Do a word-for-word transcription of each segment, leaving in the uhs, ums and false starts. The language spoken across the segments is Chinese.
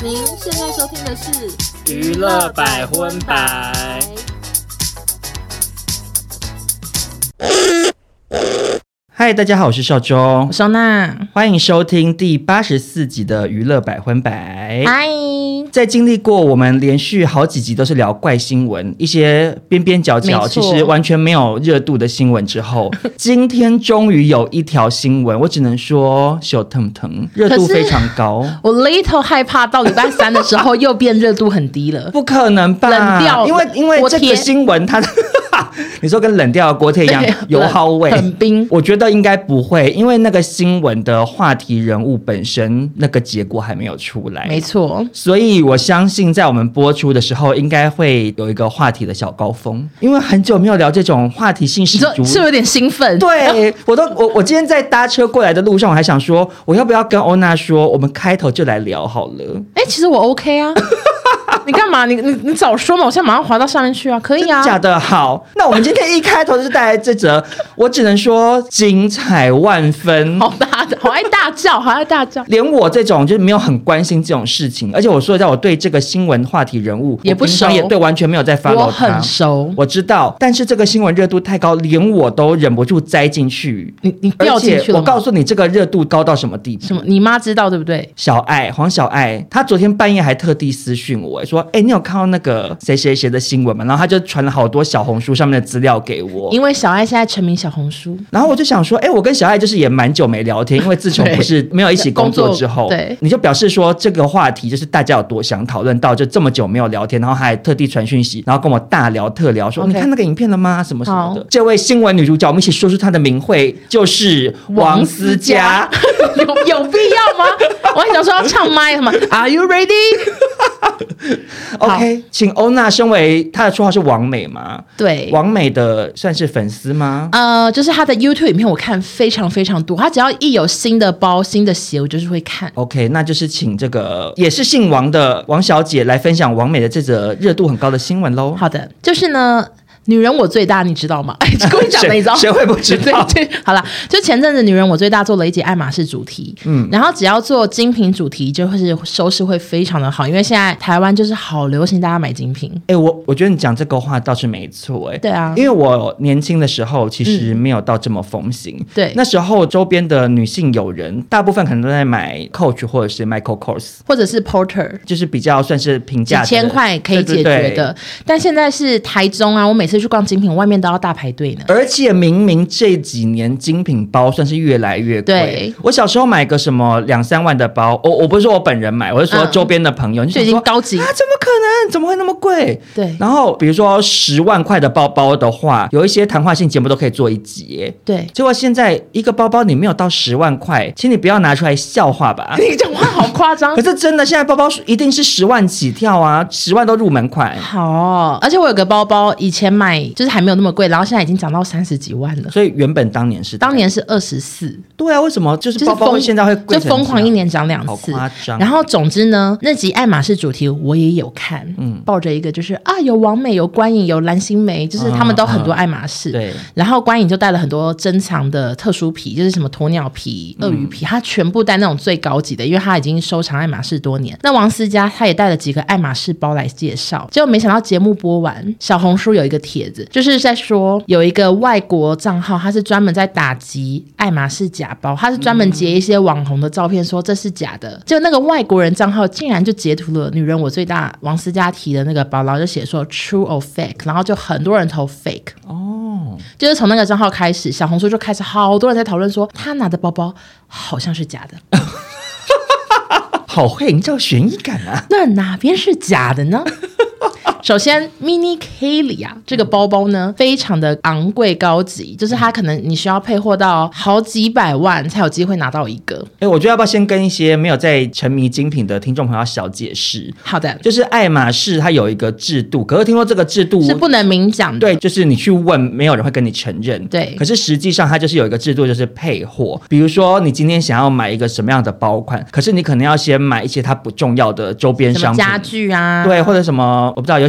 您现在收听的是娱乐百分百。嗨，大家好，我是邵忠， 我收纳， 欢迎收听第八十四集的娱乐百分百。 嗨， 在经历过我们连续好几集都是聊怪新闻，一些边边角角其实完全没有热度的新闻之后，今天终于有一条新闻，我只能说手腾腾，热度非常高。 我 little 害怕到礼拜三的时候又变热度很低了。 不可能吧？ 冷掉， 因为因为这个新闻它你说跟冷掉的锅贴一样油耗味很冰， 我觉得应该不会，因为那个新闻的话题人物本身那个结果还没有出来， 没错， 所以我相信在我们播出的时候应该会有一个话题的小高峰，因为很久没有聊这种话题性十足， 是不是有点兴奋？ 对，我都我我今天在搭车过来的路上，我还想说我要不要跟欧娜说我们开头就来聊好了。 哎，其实我 OK 啊。你干嘛？你你你早说嘛！我现在马上滑到上面去啊！可以啊， 假的。好，那我们今天一开头就是带来这则，我只能说精彩万分， 好大的，好爱大叫，好爱大叫。 连我这种就是没有很关心这种事情，而且我说一下，我对这个新闻话题人物也不熟， 也对完全没有在 follow 他。 我很熟， 我知道，但是这个新闻热度太高，连我都忍不住栽进去。 你你掉进去了吗？ 我告诉你，这个热度高到什么地步？ 什么？你妈知道对不对？ 小爱，黄小爱，她昨天半夜还特地私讯我说：“哎、欸，你有看到那个谁谁谁的新闻吗？”然后她就传了好多小红书上面的资料给我。 因为小爱现在沉迷小红书， 然后我就想说：“哎、欸，我跟小爱就是也蛮久没聊天，因为自从不是没有一起工作之后， 对， 你就表示说这个话题就是大家有多想讨论到，就这么久没有聊天，然后还特地传讯息，然后跟我大聊特聊说： okay. 你看那个影片了吗？什么什么的。这位新闻女主角，我们一起说出她的名讳，就是王思佳。 有有必要吗？我还想说要唱麦什么 ？Are you ready？ OK， 请欧娜，身为她的绰号是王美嘛？ 对， 王美的算是粉丝吗？ 呃，就是她的 YouTube 影片我看非常非常多，她只要一有新的包、新的鞋，我就是会看。 OK， 那就是请这个也是姓王的王小姐来分享王美的这则热度很高的新闻喽。 好的，就是呢。女人我最大，你知道吗？哎，跟你讲的，你知道谁会不知道？ 对对，好了，就前阵子女人我最大做了一集爱马仕主题，嗯，然后只要做精品主题，就会是收视会非常的好，因为现在台湾就是好流行大家买精品。 哎，我我觉得你讲这个话倒是没错，哎， 对啊， 因为我年轻的时候其实没有到这么风行，嗯、 对， 那时候周边的女性友人大部分可能都在买 Coach 或者是 Michael Kors， 或者是 Porter， 就是比较算是平价的， 几千块可以解决的。对对对，但现在是台中啊，我每次去逛精品外面都要大排队呢， 而且明明这几年精品包算是越来越贵。 对， 我小时候买个什么两三万的包，我我不是说我本人买，我是说周边的朋友，嗯、你就已经高级啊？怎么可能？怎么会那么贵？ 对。 然后比如说十万块的包包的话，有一些谈话性节目都可以做一集。 对。 结果现在一个包包你没有到十万块，请你不要拿出来笑话吧？ 你讲话好夸张。 可是真的，现在包包一定是十万起跳啊，十万都入门款。 好，而且我有个包包，以前买就是还没有那么贵，然后现在已经涨到三十几万了。 所以原本当年是当年是二十四。 对啊，为什么就是包包现在会贵成这样？ 就疯狂一年涨两次， 好夸张。 然后总之呢，那集爱马仕主题我也有看，嗯，抱着一个就是啊，有王美，有关颖，有蓝心湄，就是他们都很多爱马仕。嗯嗯、对。然后关颖就带了很多珍藏的特殊皮，就是什么鸵鸟皮、鳄鱼皮，他、嗯、全部带那种最高级的，因为他已经收藏爱马仕多年。那王思佳他也带了几个爱马仕包来介绍，结果没想到节目播完，小红书有一个帖子，就是在说有一个外国账号，他是专门在打击爱马仕假包，他是专门截一些网红的照片说这是假的，就那个外国人账号竟然就截图了女人我最大王思佳提的那个包，然后就写说 true or fake， 然后就很多人投 fake。 哦，就是从那个账号开始，小红书就开始好多人在讨论说他拿的包包好像是假的。 好会营造悬疑感啊。 那哪边是假的呢？首先 Mini Kelly 啊，这个包包呢非常的昂贵高级，就是它可能你需要配货到好几百万才有机会拿到一个。 哎，我觉得要不要先跟一些没有在沉迷精品的听众朋友小解释？ 好的， 就是爱马仕它有一个制度，可是听说这个制度是不能明讲的。 对，就是你去问，没有人会跟你承认。 对， 可是实际上它就是有一个制度，就是配货。比如说你今天想要买一个什么样的包款，可是你可能要先买一些它不重要的周边商品， 什么家具啊， 对，或者什么我不知道，有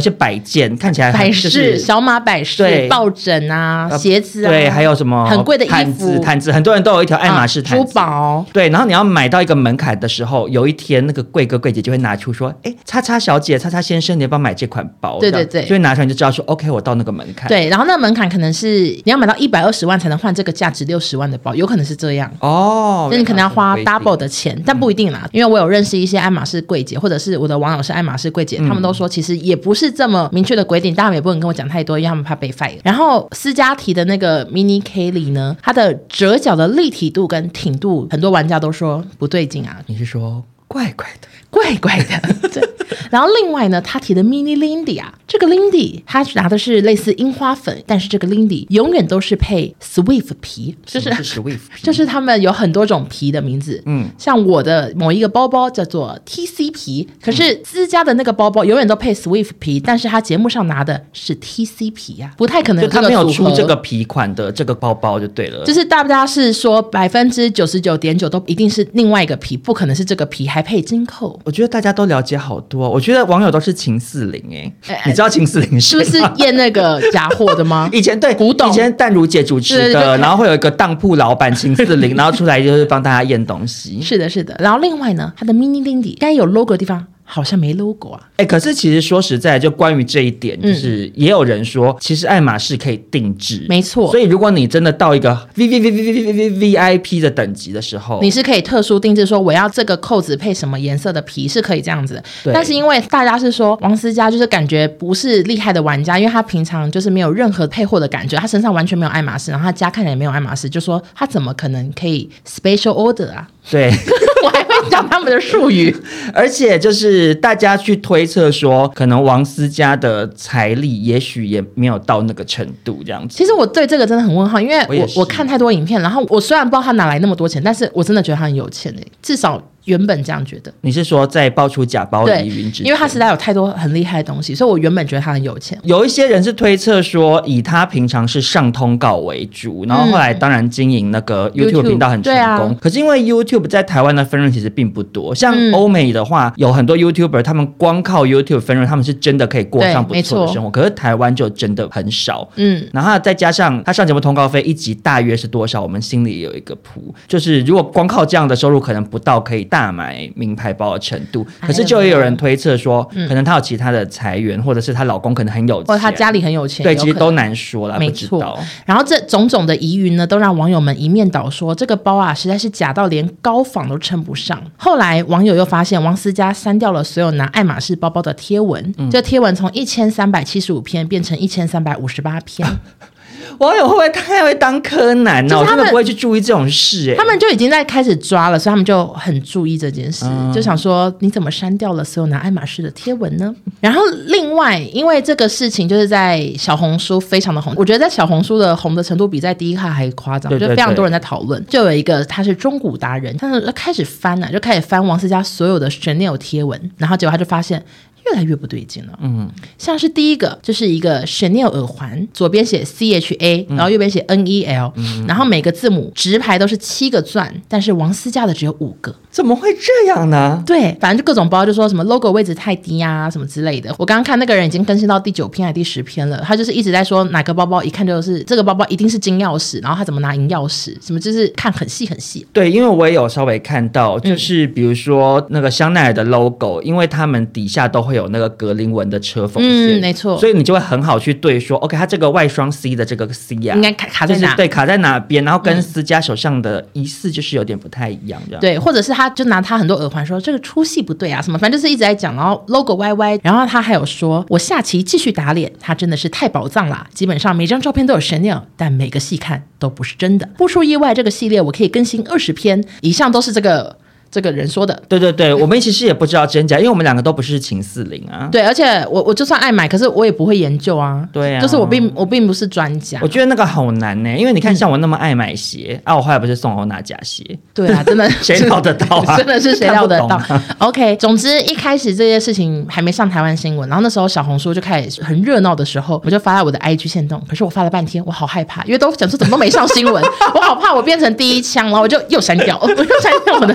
些摆件，看起来摆饰、就是、小马摆饰、抱枕啊、呃、鞋子啊， 对，还有什么很贵的衣服、 毯子，毯子很多人都有一条爱马仕毯子、 啊、珠宝。 对，然后你要买到一个门槛的时候，有一天那个柜哥柜姐就会拿出说：“哎，叉叉小姐、叉叉先生，你要不要买这款包？” 对对对， 就会拿出来就知道说 ：“OK， 我到那个门槛。” 对，然后那个门槛可能是你要买到一百二十万才能换这个价值六十万的包，有可能是这样哦。 那你可能要花 double 的钱，但不一定啦、嗯，因为我有认识一些爱马仕柜姐，或者是我的网友是爱马仕柜姐、嗯，他们都说其实也不是这么明确的规定，但他们也不能跟我讲太多，因为他们怕被 fire。然后思佳提的那个 Mini Kelly 呢，它的折角的立体度跟挺度，很多玩家都说不对劲啊。 你是说怪怪的？ 怪怪的，对。然后另外呢，他提的 Mini Lindy 啊，这个 Lindy 他拿的是类似樱花粉，但是这个 Lindy 永远都是配 Swift 皮，就是 Swift 皮， 就是他们有很多种皮的名字。嗯，像我的某一个包包叫做 T C 皮，可是思佳的那个包包永远都配 Swift 皮，但是他节目上拿的是 T C 皮啊，不太可能有这个组合。 他没有出这个皮款的这个包包就对了， 就是大家是说百分之九十九点九都一定是另外一个皮，不可能是这个皮还配金扣。 我觉得大家都了解好多，我觉得网友都是秦四零哎、欸欸，你知道秦四零是是不是验那个假货的吗？ 以前对， 古董， 以前淡如姐主持的，对对对，然后会有一个当铺老板秦四零，然后出来就是帮大家验东西。 是的，是的。然后另外呢，它的 Mini Lindy 该有 logo 的地方好像没 logo 啊。 哎、欸，可是其实说实在，就关于这一点，就是也有人说，嗯、其实爱马仕可以定制， 没错。 所以如果你真的到一个 V V V V V V V V I P 的等级的时候， 你是可以特殊定制，说我要这个扣子配什么颜色的皮，是可以这样子。但是因为大家是说王思佳就是感觉不是厉害的玩家，因为他平常就是没有任何配货的感觉，他身上完全没有爱马仕，然后他家看起来也没有爱马仕，就说他怎么可能可以 special order 啊？ 对。 我还会讲他们的术语， 而且就是大家去推测说，可能王思佳的财力也许也没有到那个程度这样子。 其实我对这个真的很问号，因为我 我, 我看太多影片，然后我虽然不知道他哪来那么多钱，但是我真的觉得他很有钱欸，至少原本这样觉得。 你是说在爆出假包疑云之前？ 因为他实在有太多很厉害的东西，所以我原本觉得他很有钱。 有一些人是推测说，以他平常是上通告为主，然后后来当然经营那个 YouTube 频道很成功、嗯啊、可是因为 YouTube 在台湾的分润其实并不多，像欧美的话、嗯、有很多 YouTuber 他们光靠 YouTube 分润他们是真的可以过上不错的生活，可是台湾就真的很少。嗯，然后再加上他上节目通告费一集大约是多少，我们心里有一个谱，就是如果光靠这样的收入可能不到可以大买名牌包的程度，可是就也有人推测说、嗯、可能他有其他的财源，或者是她老公可能很有钱， 或者他家里很有钱， 对，其实都难说啦， 没错。然后这种种的疑云呢，都让网友们一面倒说这个包啊实在是假到连高仿都称不上。后来网友又发现王思佳删掉了所有拿爱马仕包包的贴文，嗯、这贴文从一千三百七十五篇变成一千三百五十八篇。 网友会不会太会当柯南呢、啊？我真的不会去注意这种事、欸、 他们就已经在开始抓了，所以他们就很注意这件事、嗯、就想说你怎么删掉了所有拿爱马仕的贴文呢？然后另外因为这个事情就是在小红书非常的红，我觉得在小红书的红的程度比在第一卡还夸张，就非常多人在讨论。就有一个他是中古达人，他就开始翻啊，就开始翻王思佳所有的 Chanel 贴文，然后结果他就发现越来越不对劲了。嗯，像是第一个就是一个 Chanel 耳环，左边写 C H A、嗯、然后右边写 N E L、嗯、然后每个字母直排都是七个钻，但是王思佳的只有五个。 怎么会这样呢？ 对，反正就各种包就说什么 logo 位置太低啊什么之类的。我刚刚看那个人已经更新到第九篇还是第十篇了，他就是一直在说哪个包包一看就是这个包包一定是金钥匙，然后他怎么拿银钥匙什么，就是看很细很细。 对，因为我也有稍微看到，就是比如说那个香奈儿的 logo、嗯、因为他们底下都会有那个格林纹的车缝线， 嗯，没错， 所以你就会很好去对说 OK 它这个外双 C 的这个 C 啊应该卡卡在哪、就是、 对，卡在哪边，然后跟思佳手上的疑似就是有点不太一样这样。 对，或者是他就拿他很多耳环说这个粗细不对啊什么，反正就是一直在讲，然后 logo 歪歪，然后他还有说我下期继续打脸，他真的是太宝藏啦，基本上每张照片都有 Chanel， 但每个细看都不是真的。不出意外这个系列我可以更新二十篇以上，都是这个这个人说的。 对对对，我们其实也不知道真假，因为我们两个都不是秦四零啊。 对，而且我我就算爱买，可是我也不会研究啊。 对啊， 就是我并我并不是专家。 我觉得那个好难呢、欸，因为你看像我那么爱买鞋、嗯、啊，我后来不是送欧娜假鞋。 对啊，真的谁料得到啊？ 真的是谁料得到、啊、OK， 总之一开始这件事情还没上台湾新闻，然后那时候小红书就开始很热闹的时候，我就发在我的 I G 限动，可是我发了半天我好害怕，因为都讲说怎么都没上新闻我好怕我变成第一枪，然后我就又删掉我又删掉我的就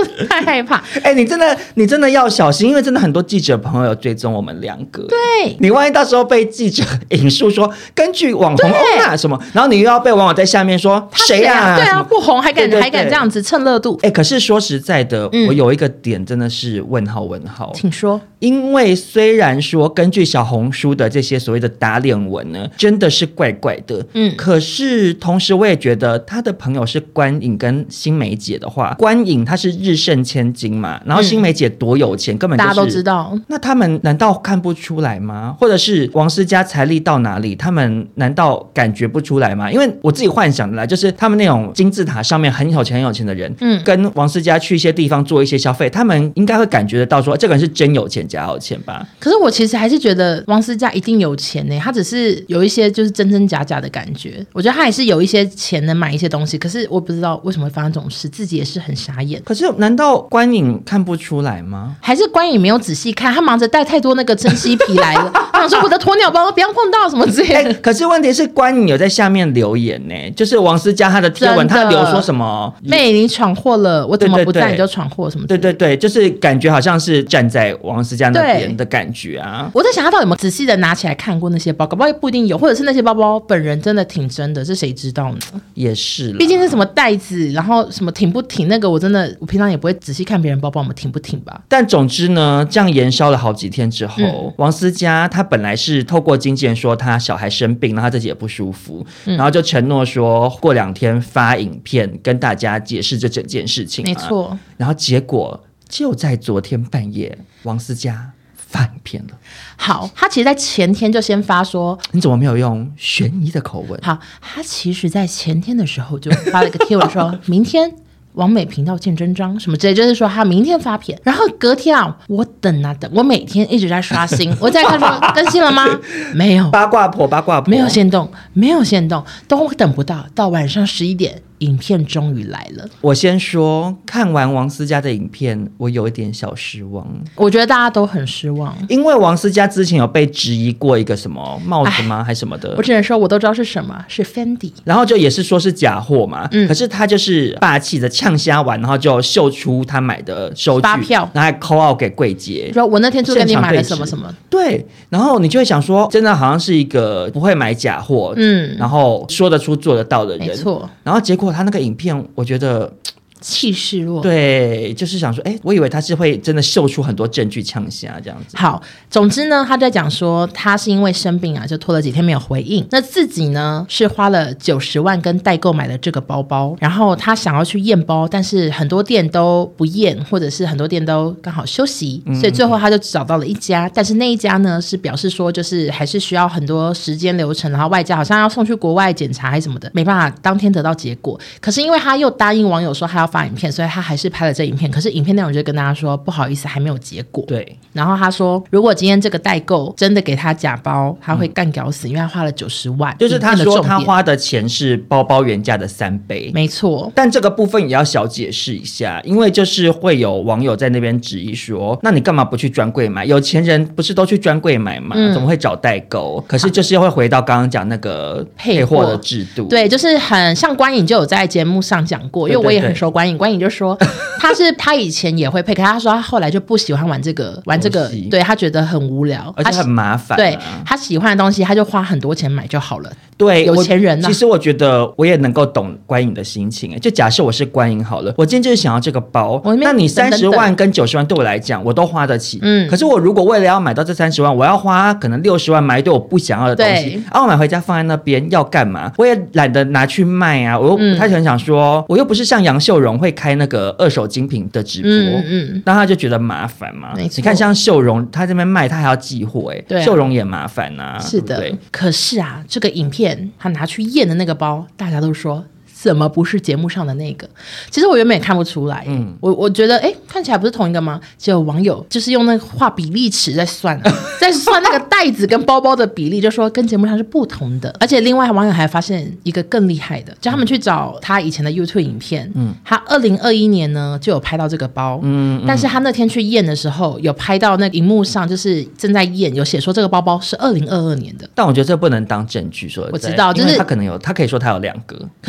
就太害怕。 哎、欸，你真的你真的要小心，因为真的很多记者朋友追踪我们两个。 对， 你万一到时候被记者引述说根据网红欧娜什么，然后你又要被网友在下面说谁啊？ 对啊，不红还敢对对对还敢这样子蹭热度。 哎、欸，可是说实在的、嗯，我有一个点真的是问号问号， 请说。 因为虽然说根据小红书的这些所谓的打脸文呢，真的是怪怪的，嗯，可是同时我也觉得他的朋友是关颖跟新梅姐的话，关颖她是日盛千金嘛，然后新梅姐多有钱，嗯、根本就是大家都知道。 那他们难道看不出来吗？或者是王思佳财力到哪里，他们难道感觉不出来吗？因为我自己幻想的啦，就是他们那种金字塔上面很有钱很有钱的人，嗯，跟王思佳去一些地方做一些消费，他们应该会感觉得到说这个人是真有钱假有钱吧。 可是我其实还是觉得王思佳一定有钱呢、欸，他只是有一些就是真真假假的感觉。我觉得他也是有一些钱能买一些东西，可是我不知道为什么会发生这种事，自己也是很傻眼。 可是难道关颖看不出来吗？ 还是关颖没有仔细看，他忙着带太多那个珍稀皮来了，他想说我的鸵鸟包不要碰到什么之类的、欸。 可是问题是关颖有在下面留言呢、欸，就是王思佳他的贴文，他留说什么妹你闯祸了，我怎么不在你就闯祸什么之类的。 对对对，就是感觉好像是站在王思佳那边的感觉啊。 我在想他到底有没有仔细的拿起来看过那些包，搞不好不一定有，或者是那些包包本人真的挺真的，是谁知道呢？ 也是， 毕竟是什么袋子，然后什么挺不挺，那个我真的我平常也不会仔细看别人包包我们挺不挺吧。 但总之呢，这样延烧了好几天之后，嗯、王思佳他本来是透过经纪人说他小孩生病，然后他自己也不舒服，嗯、然后就承诺说过两天发影片跟大家解释这整件事情、啊。 没错， 然后结果就在昨天半夜，王思佳发影片了。 好，他其实在前天就先发说， 你怎么没有用悬疑的口吻？ 好，他其实在前天的时候就发了一个贴文说明天网美频道见真章什么之类，就是说他明天发片。然后隔天啊，我等啊等，我每天一直在刷新，我在看说更新了吗？没有， 八卦婆八卦婆， 没有限动，没有限动，都等不到，到晚上十一点。影片终于来了。 我先说，看完王思佳的影片，我有一点小失望。 我觉得大家都很失望， 因为王思佳之前有被质疑过一个什么帽子吗，还是什么的？ 我只能说，我都知道是什么，是 Fendi。 然后就也是说是假货嘛，嗯，可是他就是霸气的呛瞎完，然后就秀出他买的收据、 发票， 然后还 call out 给柜姐， 说我那天就跟你买了什么什么。 对，然后你就会想说，真的好像是一个不会买假货，嗯，然后说得出做得到的人， 没错。 然后结果他那个影片，我觉得气势弱， 对，就是想说，哎，我以为他是会真的秀出很多证据呛瞎这样子。 好，总之呢，他在讲说，他是因为生病啊，就拖了几天没有回应。那自己呢，是花了九十万跟代购买了这个包包，然后他想要去验包，但是很多店都不验，或者是很多店都刚好休息，所以最后他就找到了一家，但是那一家呢是表示说，就是还是需要很多时间流程，然后外加好像要送去国外检查还是什么的，没办法当天得到结果。可是因为他又答应网友说他要发影片，所以他还是拍了这影片。可是影片内容就跟大家说，不好意思，还没有结果。 对。 然后他说，如果今天这个代购真的给他假包，他会干屌死，因为他花了九十万。 就是他说他花的钱是包包原价的三倍。 没错。 但这个部分也要小解释一下，因为就是会有网友在那边质疑说，那你干嘛不去专柜买？有钱人不是都去专柜买吗？嗯、怎么会找代购？可是就是会回到刚刚讲那个配货的制度。 对，就是很像关颖就有在节目上讲过，因为我也很熟关颖，关颖就说他是他以前也会配，可是他说他后来就不喜欢玩这个玩这个，对，他觉得很无聊， 而且很麻烦、啊。 对，他喜欢的东西，他就花很多钱买就好了。 对， 有钱人、啊、 其实我觉得我也能够懂关颖的心情。就假设我是关颖好了，我今天就是想要这个包，那你三十万跟九十万对我来讲，我都花得起。嗯，可是我如果为了要买到这三十万，我要花可能六十万买一堆我不想要的东西，啊，我买回家放在那边要干嘛？我也懒得拿去卖啊。我又、嗯、他就很想说，我又不是像杨秀荣会开那个二手精品的直播，嗯嗯，那他就觉得麻烦嘛。你看像秀荣，他这边卖他还要寄货，哎、啊，秀荣也麻烦啊。 是的， 对对， 可是啊，这个影片他拿去验的那个包，大家都说怎么不是节目上的那个？其实我原本也看不出来，嗯，我我觉得哎，看起来不是同一个吗？结果网友就是用那个画比例尺在算，在算那个袋子跟包包的比例，就说跟节目上是不同的。而且另外网友还发现一个更厉害的，就他们去找他以前的 YouTube 影片，嗯，他二零二一年呢就有拍到这个包，嗯，嗯，但是他那天去验的时候，有拍到那个荧幕上就是正在验，有写说这个包包是二零二二年的。 但我觉得这不能当证据说， 我知道，就是他可能有，他可以说他有两个， 可是不太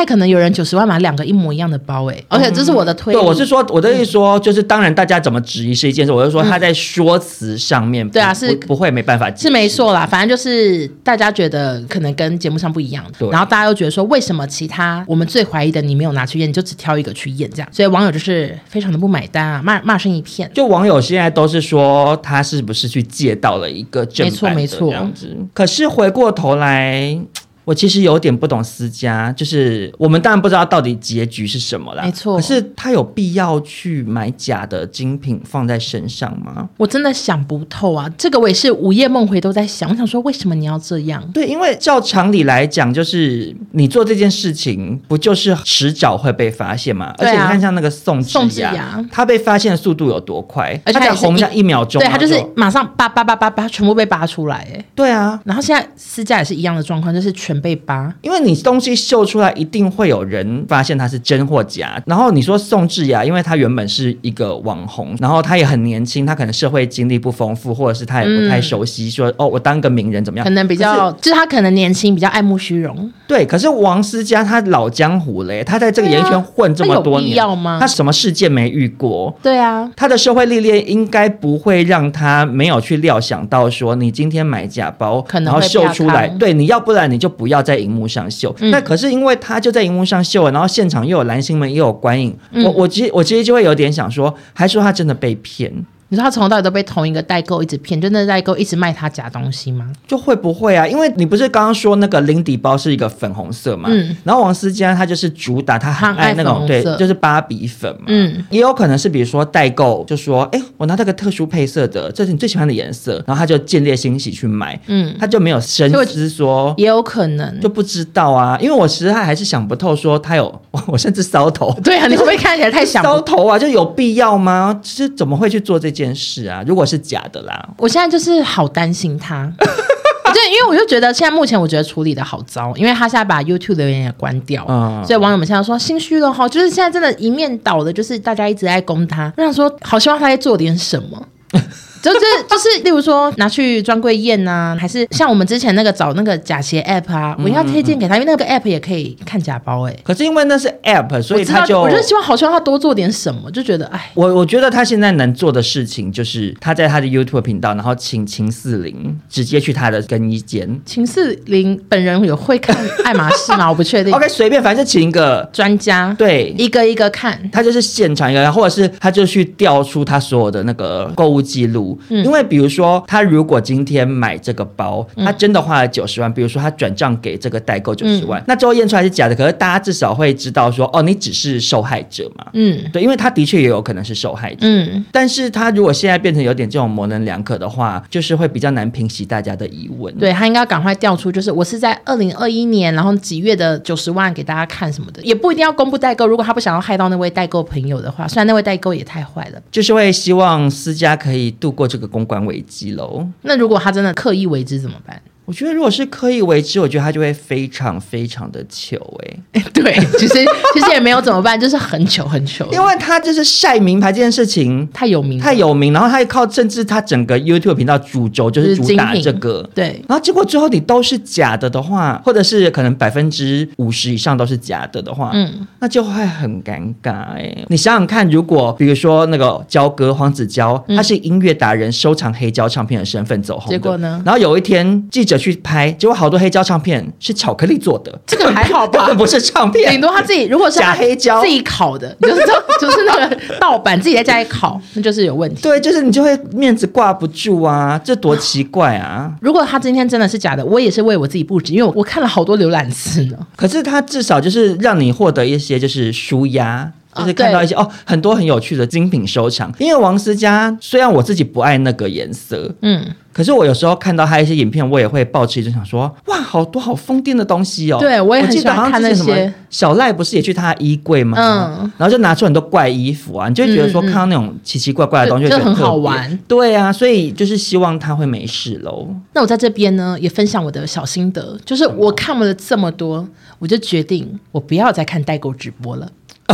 可能有人九十万买两个一模一样的包，哎，而且这是我的推理、嗯、 对，我是说我的意思说、嗯、就是当然大家怎么质疑是一件事，我是说他在说辞上面、嗯、对啊是 不, 不会没办法解释， 是没错啦，反正就是大家觉得可能跟节目上不一样，然后大家又觉得说为什么其他我们最怀疑的你没有拿去验，你就只挑一个去验这样，所以网友就是非常的不买单啊，骂骂声一片。 就网友现在都是说他是不是去借到了一个正版的这样子，没错没错。可是回过头来我其实有点不懂思佳，就是我们当然不知道到底结局是什么啦， 没错。 可是他有必要去买假的精品放在身上吗？ 我真的想不透啊，这个我也是午夜梦回都在想，我想说为什么你要这样？ 对，因为照常理来讲，就是你做这件事情不就是迟早会被发现吗？而且你看像那个宋智雅，他被发现的速度有多快，而且他红像一秒钟， 对，他就是马上叭叭叭叭叭全部被扒出来，哎， 对啊。 然后现在思佳也是一样的状况，就是全被扒， 因为你东西秀出来一定会有人发现它是真或假。然后你说宋智雅，因为她原本是一个网红，然后她也很年轻，她可能社会经历不丰富，或者是她也不太熟悉说、嗯、哦我当个名人怎么样， 可能比较就是她可能年轻比较爱慕虚荣。 对，可是王思佳她老江湖嘞，她在这个演艺圈混这么多年， 她有必要吗？ 她什么事件没遇过？ 对啊， 她的社会历练应该不会让她没有去料想到说你今天买假包可能会然后秀出来，对，你要不然你就不要在荧幕上秀、嗯、那可是因为他就在荧幕上秀了，然后现场又有蓝星们又有观影、嗯、我我其实我其实就会有点想说，还说他真的被骗。 你说他从头到尾都被同一个代购一直骗，就那代购一直卖他假东西吗？ 就会不会啊？因为你不是刚刚说那个零底包是一个粉红色嘛，嗯，然后王思佳他就是主打他很爱那种对，就是芭比粉嘛，嗯，也有可能是比如说代购就说，哎，我拿这个特殊配色的，这是你最喜欢的颜色，然后他就见猎欣喜去买，嗯，他就没有深思说， 也有可能就不知道啊，因为我实在还是想不透说他有，我甚至搔头， 对啊，你会不会看起来太想不搔头啊？就有必要吗？就是怎么会去做这件事啊？如果是假的啦， 我现在就是好担心他。对，因为我就觉得现在目前我觉得处理的好糟，因为他现在把 YouTube 留言也关掉、嗯、所以网友们现在说心虚了齁，就是现在真的一面倒的，就是大家一直在攻他，我想说好希望他在做点什么。就是就是例如说拿去专柜验啊，还是像我们之前那个找那个假鞋 app 啊，我要推荐给他，因为那个 app 也可以看假包哎、欸。 可是因为那是 app， 所以他就我就希望好希望他多做点什么，就觉得哎， 我我觉得他现在能做的事情就是他在他的 YouTube 频道，然后请秦四零直接去他的更衣间。 秦四零本人有会看爱马仕吗？我不确定。 OK， 随便，反正就请一个专家， 对， 一个一个看， 他就是现场一个，或者是他就去调出他所有的那个购物记录。嗯，因为比如说他如果今天买这个包，他真的花了九十万，比如说他转账给这个代购九十万、嗯、那最后验出来是假的，可是大家至少会知道说哦，你只是受害者嘛。嗯，对，因为他的确也有可能是受害者。嗯，但是他如果现在变成有点这种模棱两可的话，就是会比较难平息大家的疑问。 对，他应该赶快调出，就是我是在二零二一年然后几月的九十万给大家看什么的，也不一定要公布代购，如果他不想要害到那位代购朋友的话，虽然那位代购也太坏了， 就是会希望思佳可以度过这个公关危机喽。 那如果他真的刻意为之怎么办？ 我觉得如果是刻意为之，我觉得他就会非常非常的糗哎、 欸。对，其实其实也没有怎么办，就是很糗很糗。 因为他就是晒名牌这件事情太有名， 太有名，然后他靠甚至他整个 YouTube 频道主轴就是主打这个， 对。 然后结果最后你都是假的的话，或者是可能百分之五十以上都是假的的话，嗯，那就会很尴尬哎、欸。你想想看，如果比如说那个焦哥黄子佼，他是音乐达人，收藏黑胶唱片的身份走红的， 结果呢？ 然后有一天记者去拍，结果好多黑胶唱片是巧克力做的， 这个还好吧？ 根本不是唱片， 顶多他自己如果是假黑胶自己烤的，就是就是那个盗版自己在家里烤，那就是有问题。 对，就是你就会面子挂不住啊，这多奇怪啊！ 如果他今天真的是假的，我也是为我自己不值，因为我看了好多浏览次呢。 可是他至少就是让你获得一些就是抒压。就是看到一些 哦, 哦很多很有趣的精品收藏，因为王思佳虽然我自己不爱那个颜色，嗯，可是我有时候看到他一些影片，我也会抱持一种想说，哇，好多好疯癫的东西哦。 对，我也很喜欢看那些。 小赖不是也去他的衣柜吗？嗯，然后就拿出很多怪衣服啊，你就会觉得说、嗯、看到那种奇奇怪怪的东西就， 就很好玩。 对啊，所以就是希望他会没事喽。 那我在这边呢也分享我的小心得，就是我看了这么多，我就决定我不要再看代购直播了。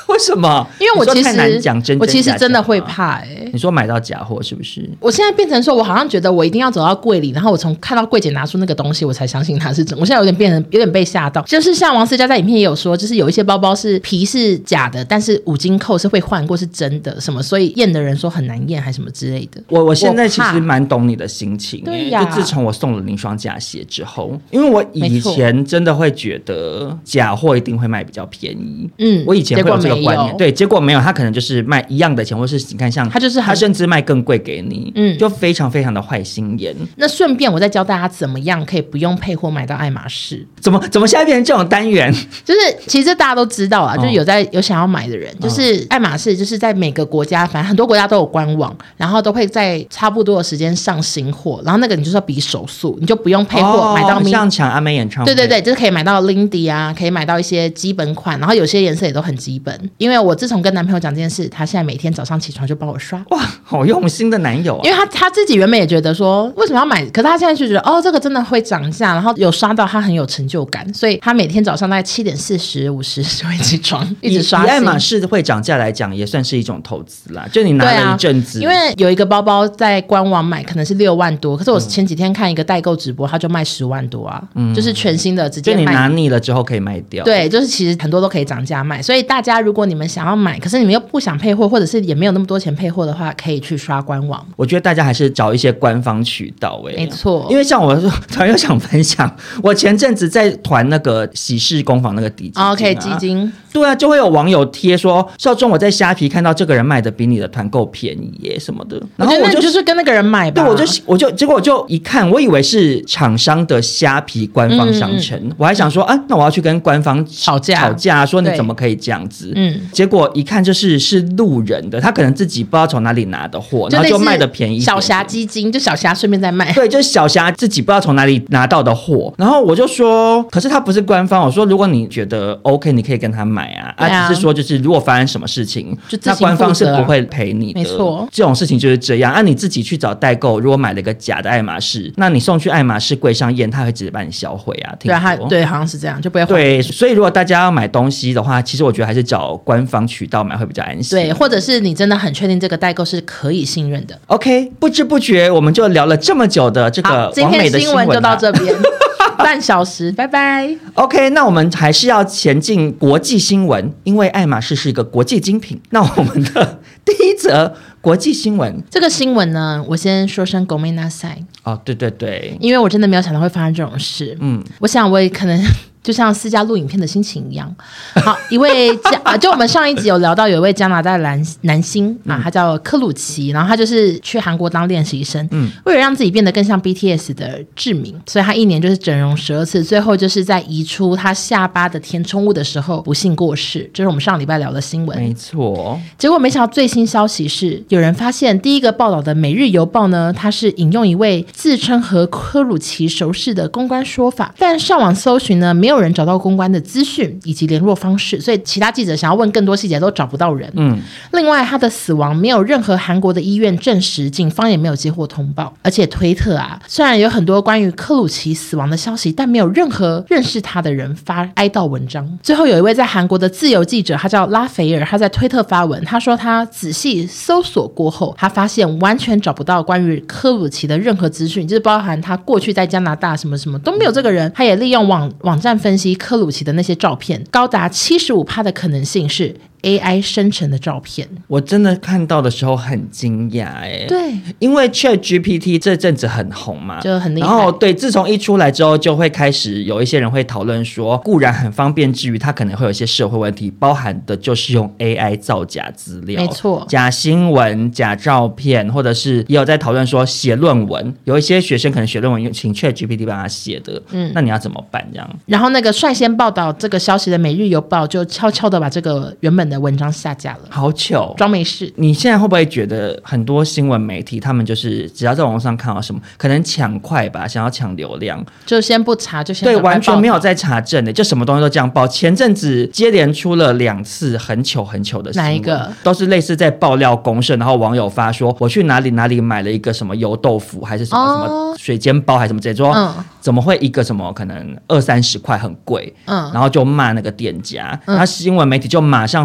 为什么？ 因为我其实太难讲真真假假， 我其实真的会怕哎、欸。 你说买到假货是不是？ 我现在变成说，我好像觉得我一定要走到柜里，然后我从看到柜姐拿出那个东西，我才相信它是真。我现在有点变成有点被吓到，就是像王思佳在影片也有说，就是有一些包包是皮是假的，但是五金扣是会换过是真的，什么所以验的人说很难验还什么之类的。 我我现在其实蛮懂你的心情、欸， 对呀。 就自从我送了零双假鞋之后，因为我以前真的会觉得假货一定会卖比较便宜，嗯，我以前会有这个观念，对，结果没有，他可能就是卖一样的钱，或是你看像他就是他甚至卖更贵给你，嗯，就非常非常的坏心眼。 那顺便我再教大家怎么样可以不用配货买到爱马仕， 怎么怎么现在变成这种单元？ 就是其实大家都知道啊，就是有在有想要买的人，哦、就是爱马仕就是在每个国家，反正很多国家都有官网，然后都会在差不多的时间上新货，然后那个你就是要比手速，你就不用配货、哦、买到像抢阿妹演唱会， 对对对，就是可以买到 Lindy 啊，可以买到一些基本款，然后有些颜色也都很基本。因为我自从跟男朋友讲这件事，他现在每天早上起床就帮我刷， 哇，好用心的男友啊！ 因为他他自己原本也觉得说为什么要买，可是他现在就觉得哦，这个真的会涨价，然后有刷到他很有成就感，所以他每天早上大概七点四十五十就会起床，一直刷新。以爱马仕会涨价来讲，也算是一种投资啦，就你拿了一阵子、啊， 因为有一个包包在官网买可能是六万多，可是我前几天看一个代购直播，他就卖十万多啊，嗯、就是全新的直接卖， 就你拿腻了之后可以卖掉。 对，就是其实很多都可以涨价卖，所以大家如果你们想要买，可是你们又不想配货，或者是也没有那么多钱配货的话，可以去刷官网。 我觉得大家还是找一些官方渠道哎、欸， 没错。 因为像我突然又想分享，我前阵子在团那个喜事工坊那个底基金、啊 ，OK 基金， 对啊，就会有网友贴说，少中我在虾皮看到这个人卖的比你的团购便宜耶什么的，然后我就就是跟那个人买吧， 对，我就我就结果我就一看，我以为是厂商的虾皮官方商城，嗯嗯我还想说啊，那我要去跟官方吵架吵架，说你怎么可以这样子？嗯，结果一看就是是路人的，他可能自己不知道从哪里拿的货，然后就卖的便宜一点点。 小霞基金就小霞顺便在卖， 对，就是小霞自己不知道从哪里拿到的货，然后我就说，可是他不是官方，我说如果你觉得 OK， 你可以跟他买啊，啊，啊只是说就是如果发生什么事情， 就那官方是不会赔你的， 没错， 这种事情就是这样。啊，你自己去找代购，如果买了一个假的爱马仕，那你送去爱马仕柜上验，他会直接把你销毁啊。 对啊，对，好像是这样，就不会。 对，所以如果大家要买东西的话，其实我觉得还是找官方渠道买会比较安心。 对，或者是你真的很确定这个代购是可以信任的。 OK， 不知不觉我们就聊了这么久的这个完美的新闻、啊、 今天新闻就到这边。半小时，拜拜。 OK， 那我们还是要前进国际新闻，因为爱马仕是一个国际精品。那我们的第一则国际新闻， 这个新闻呢，我先说声ごめんなさい。 哦，对对对， 因为我真的没有想到会发生这种事。嗯，我想我也可能。就像私家录影片的心情一样。好，一位加就我们上一集有聊到有一位加拿大男男星啊，他叫科鲁奇，然后他就是去韩国当练习生，嗯，为了让自己变得更像 B T S 的志明，所以他一年就是整容十二次，最后就是在移出他下巴的填充物的时候不幸过世，这是我们上礼拜聊的新闻。 没错， 结果没想到最新消息是，有人发现第一个报道的《每日邮报》呢，它是引用一位自称和科鲁奇熟识的公关说法，但上网搜寻呢，没有。有人找到公关的资讯以及联络方式，所以其他记者想要问更多细节都找不到人。嗯，另外他的死亡没有任何韩国的医院证实，警方也没有接获通报。而且推特啊，虽然有很多关于科鲁奇死亡的消息，但没有任何认识他的人发哀悼文章。最后有一位在韩国的自由记者，他叫拉斐尔，他在推特发文，他说他仔细搜索过后，他发现完全找不到关于科鲁奇的任何资讯，就是包含他过去在加拿大什么什么都没有这个人。他也利用网网站分析科鲁奇的那些照片，高达 百分之七十五 的可能性是 A I 生成的照片。 我真的看到的时候很惊讶哎， 对， 因为 ChatGPT 这阵子很红嘛， 就很厉害。 然后对，自从一出来之后，就会开始有一些人会讨论说，固然很方便之余，它可能会有一些社会问题，包含的就是用 A I 造假资料， 没错， 假新闻、假照片，或者是也有在讨论说写论文，有一些学生可能写论文请 ChatGPT 帮他写的，嗯，那你要怎么办这样？ 然后那个率先报道这个消息的《每日邮报》就悄悄的把这个原本的文章下架了， 好糗， 装没事。 你现在会不会觉得很多新闻媒体他们就是只要在网络上看到什么，可能抢快吧，想要抢流量， 就先不查，就先对，完全没有在查证的，就什么东西都这样报。前阵子接连出了两次很糗很糗的新闻， 哪一个？ 都是类似在爆料公社，然后网友发说我去哪里哪里买了一个什么油豆腐，还是什么、哦、什么水煎包，还是什么之类，说、嗯、怎么会一个什么可能二三十块很贵，嗯，然后就骂那个店家，嗯、然后新闻媒体就马上说。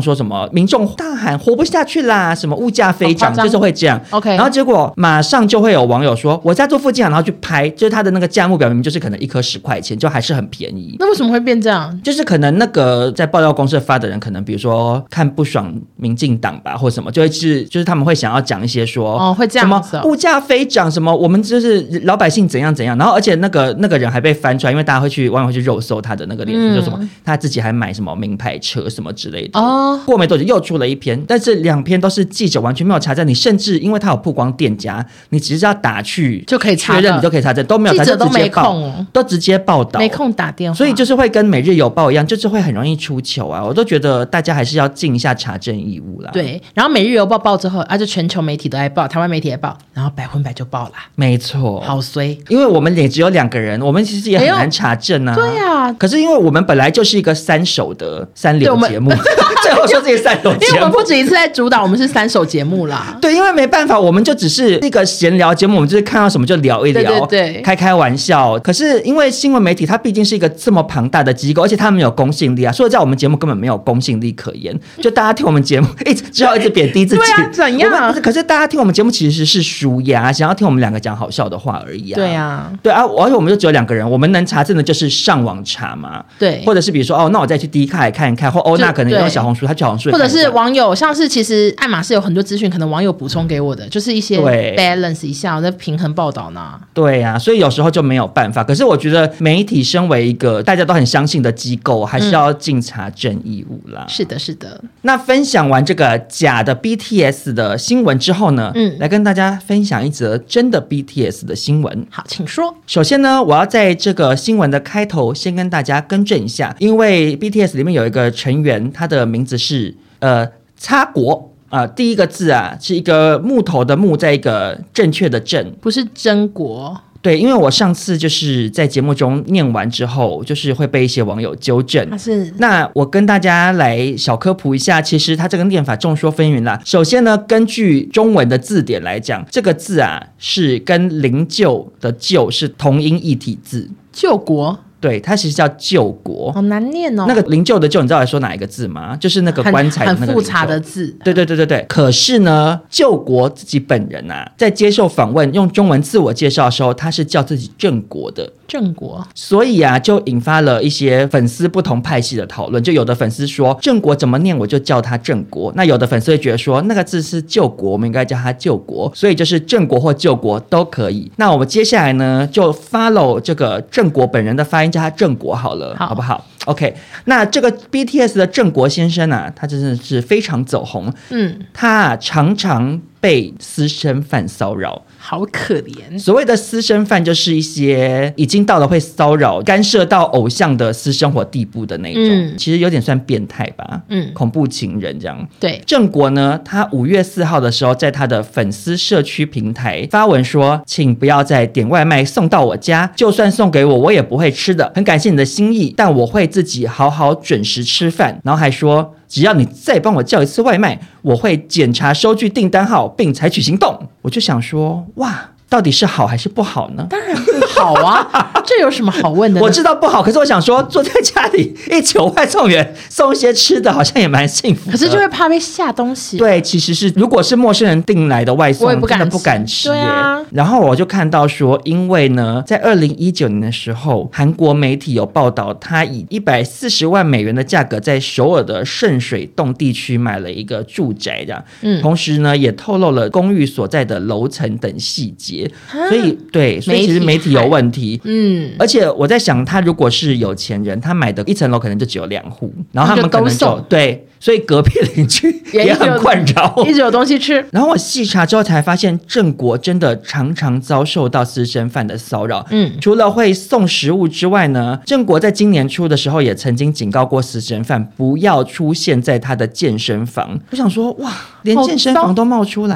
说什么民众大喊活不下去啦，什么物价飞涨，就是会这样。 OK， 然后结果马上就会有网友说，我家住附近啊，然后去拍，就是他的那个价目表明就是可能一颗十块钱，就还是很便宜。 那为什么会变这样？ 就是可能那个在爆料公社发的人，可能比如说看不爽民进党吧，或什么，就会是就是他们会想要讲一些说哦会这样子、哦、 什么物价飞涨，什么我们就是老百姓怎样怎样，然后而且那个那个人还被翻出来，因为大家会去网友会去肉搜他的那个脸书，就、嗯、什么他自己还买什么名牌车什么之类的。哦，过没多久又出了一篇，但是两篇都是记者完全没有查证，你甚至因为他有曝光店家，你只是要打去就可以查确认，你就可以查证，都没有查证， 记者都没空、哦， 都直接报道， 没空打电话， 所以就是会跟每日邮报一样，就是会很容易出糗啊！我都觉得大家还是要尽一下查证义务啦。 对，然后每日邮报报之后啊，就全球媒体都在报，台湾媒体也报，然后百分百就报啦。 没错， 好衰， 因为我们也只有两个人，我们其实也很难查证啊。 对啊， 可是因为我们本来就是一个三手的三流节目，最后说这些三手节目， 因为我们不止一次在主导，我们是三手节目啦。 对，因为没办法，我们就只是一个闲聊节目，我们就是看到什么就聊一聊， 对对对， 开开玩笑。可是因为新闻媒体它毕竟是一个这么庞大的机构，而且它没有公信力啊，所以在我们节目根本没有公信力可言。就大家听我们节目，一直只好一直贬低自己。 对啊，怎样？ 可是大家听我们节目其实是舒压，想要听我们两个讲好笑的话而已啊。 对啊， 对啊，而且我们就只有两个人，我们能查证的就是上网查嘛。 对， 或者是比如说哦，那我再去 D 卡来看一看，或欧娜可能用小红书，他去小红书， 或者是网友，像是其实爱马仕有很多资讯，可能网友补充给我的，就是一些 balance 一下，在平衡报道呢。 对啊，所以有时候就没有办法。可是我觉得媒体身为一个大家都很相信的机构，还是要尽查证义务啦。 嗯、是的，是的。 那分享完这个假的 B T S 的新闻之后呢，嗯，来跟大家分享一则真的 B T S 的新闻。 好，请说。 首先呢，我要在这个新闻的开头先跟大家更正一下，因为 B T S 里面有一个成员，他的名字是呃擦国啊、呃，第一个字啊是一个木头的木，在一个正确的正， 不是真国。 对，因为我上次就是在节目中念完之后，就是会被一些网友纠正。 他是那我跟大家来小科普一下，其实它这个念法众说纷纭啦。首先呢，根据中文的字典来讲，这个字啊是跟灵柩的柩是同音异体字， 救国。 对，它其实叫救国， 好难念哦。 那个灵柩的柩，你知道我在说哪一个字吗？就是那个棺材的那个很复杂的字。 对对对对对。可是呢，救国自己本人啊，在接受访问用中文自我介绍的时候，他是叫自己郑国的。 郑国。所以啊，就引发了一些粉丝不同派系的讨论。就有的粉丝说郑国怎么念，我就叫他郑国。那有的粉丝会觉得说那个字是救国，我们应该叫他救国。所以就是郑国或救国都可以。那我们接下来呢，就 follow 这个郑国本人的发音，叫他郑国好了， 好, 好不好 ？OK， 那这个 B T S 的郑国先生啊，他真的是非常走红，嗯，他、啊、常常被私生饭骚扰。 好可怜。 所谓的私生饭就是一些已经到了会骚扰、干涉到偶像的私生活地步的那种，嗯、其实有点算变态吧，嗯，恐怖情人这样。 对， 郑国呢，他五月四号的时候，在他的粉丝社区平台发文说，请不要再点外卖送到我家，就算送给我，我也不会吃的。很感谢你的心意，但我会自己好好准时吃饭。然后还说，只要你再帮我叫一次外卖，我会检查收据订单号并采取行动。我就想说，哇，到底是好还是不好呢？ 当然不好啊，这有什么好问的呢？ 我知道不好，可是我想说，坐在家里一起有外送员送一些吃的，好像也蛮幸福的。 可是就会怕被下东西。 对，其实是如果是陌生人订来的外送，我也不敢真的不敢吃耶。对啊。然后我就看到说，因为呢，在二零一九年的时候，韩国媒体有报道，他以一百四十万美元的价格在首尔的圣水洞地区买了一个住宅，这样。嗯。同时呢，也透露了公寓所在的楼层等细节。所以对，所以其实媒体有问题。嗯。而且我在想，他如果是有钱人，他买的一层楼可能就只有两户，然后他们可能就对。所以隔壁邻居也很困扰， 一直有东西吃。 然后我细查之后才发现，郑国真的常常遭受到私生饭的骚扰。嗯，除了会送食物之外呢，郑国在今年初的时候也曾经警告过私生饭不要出现在他的健身房。我想说，哇，连健身房都冒出来。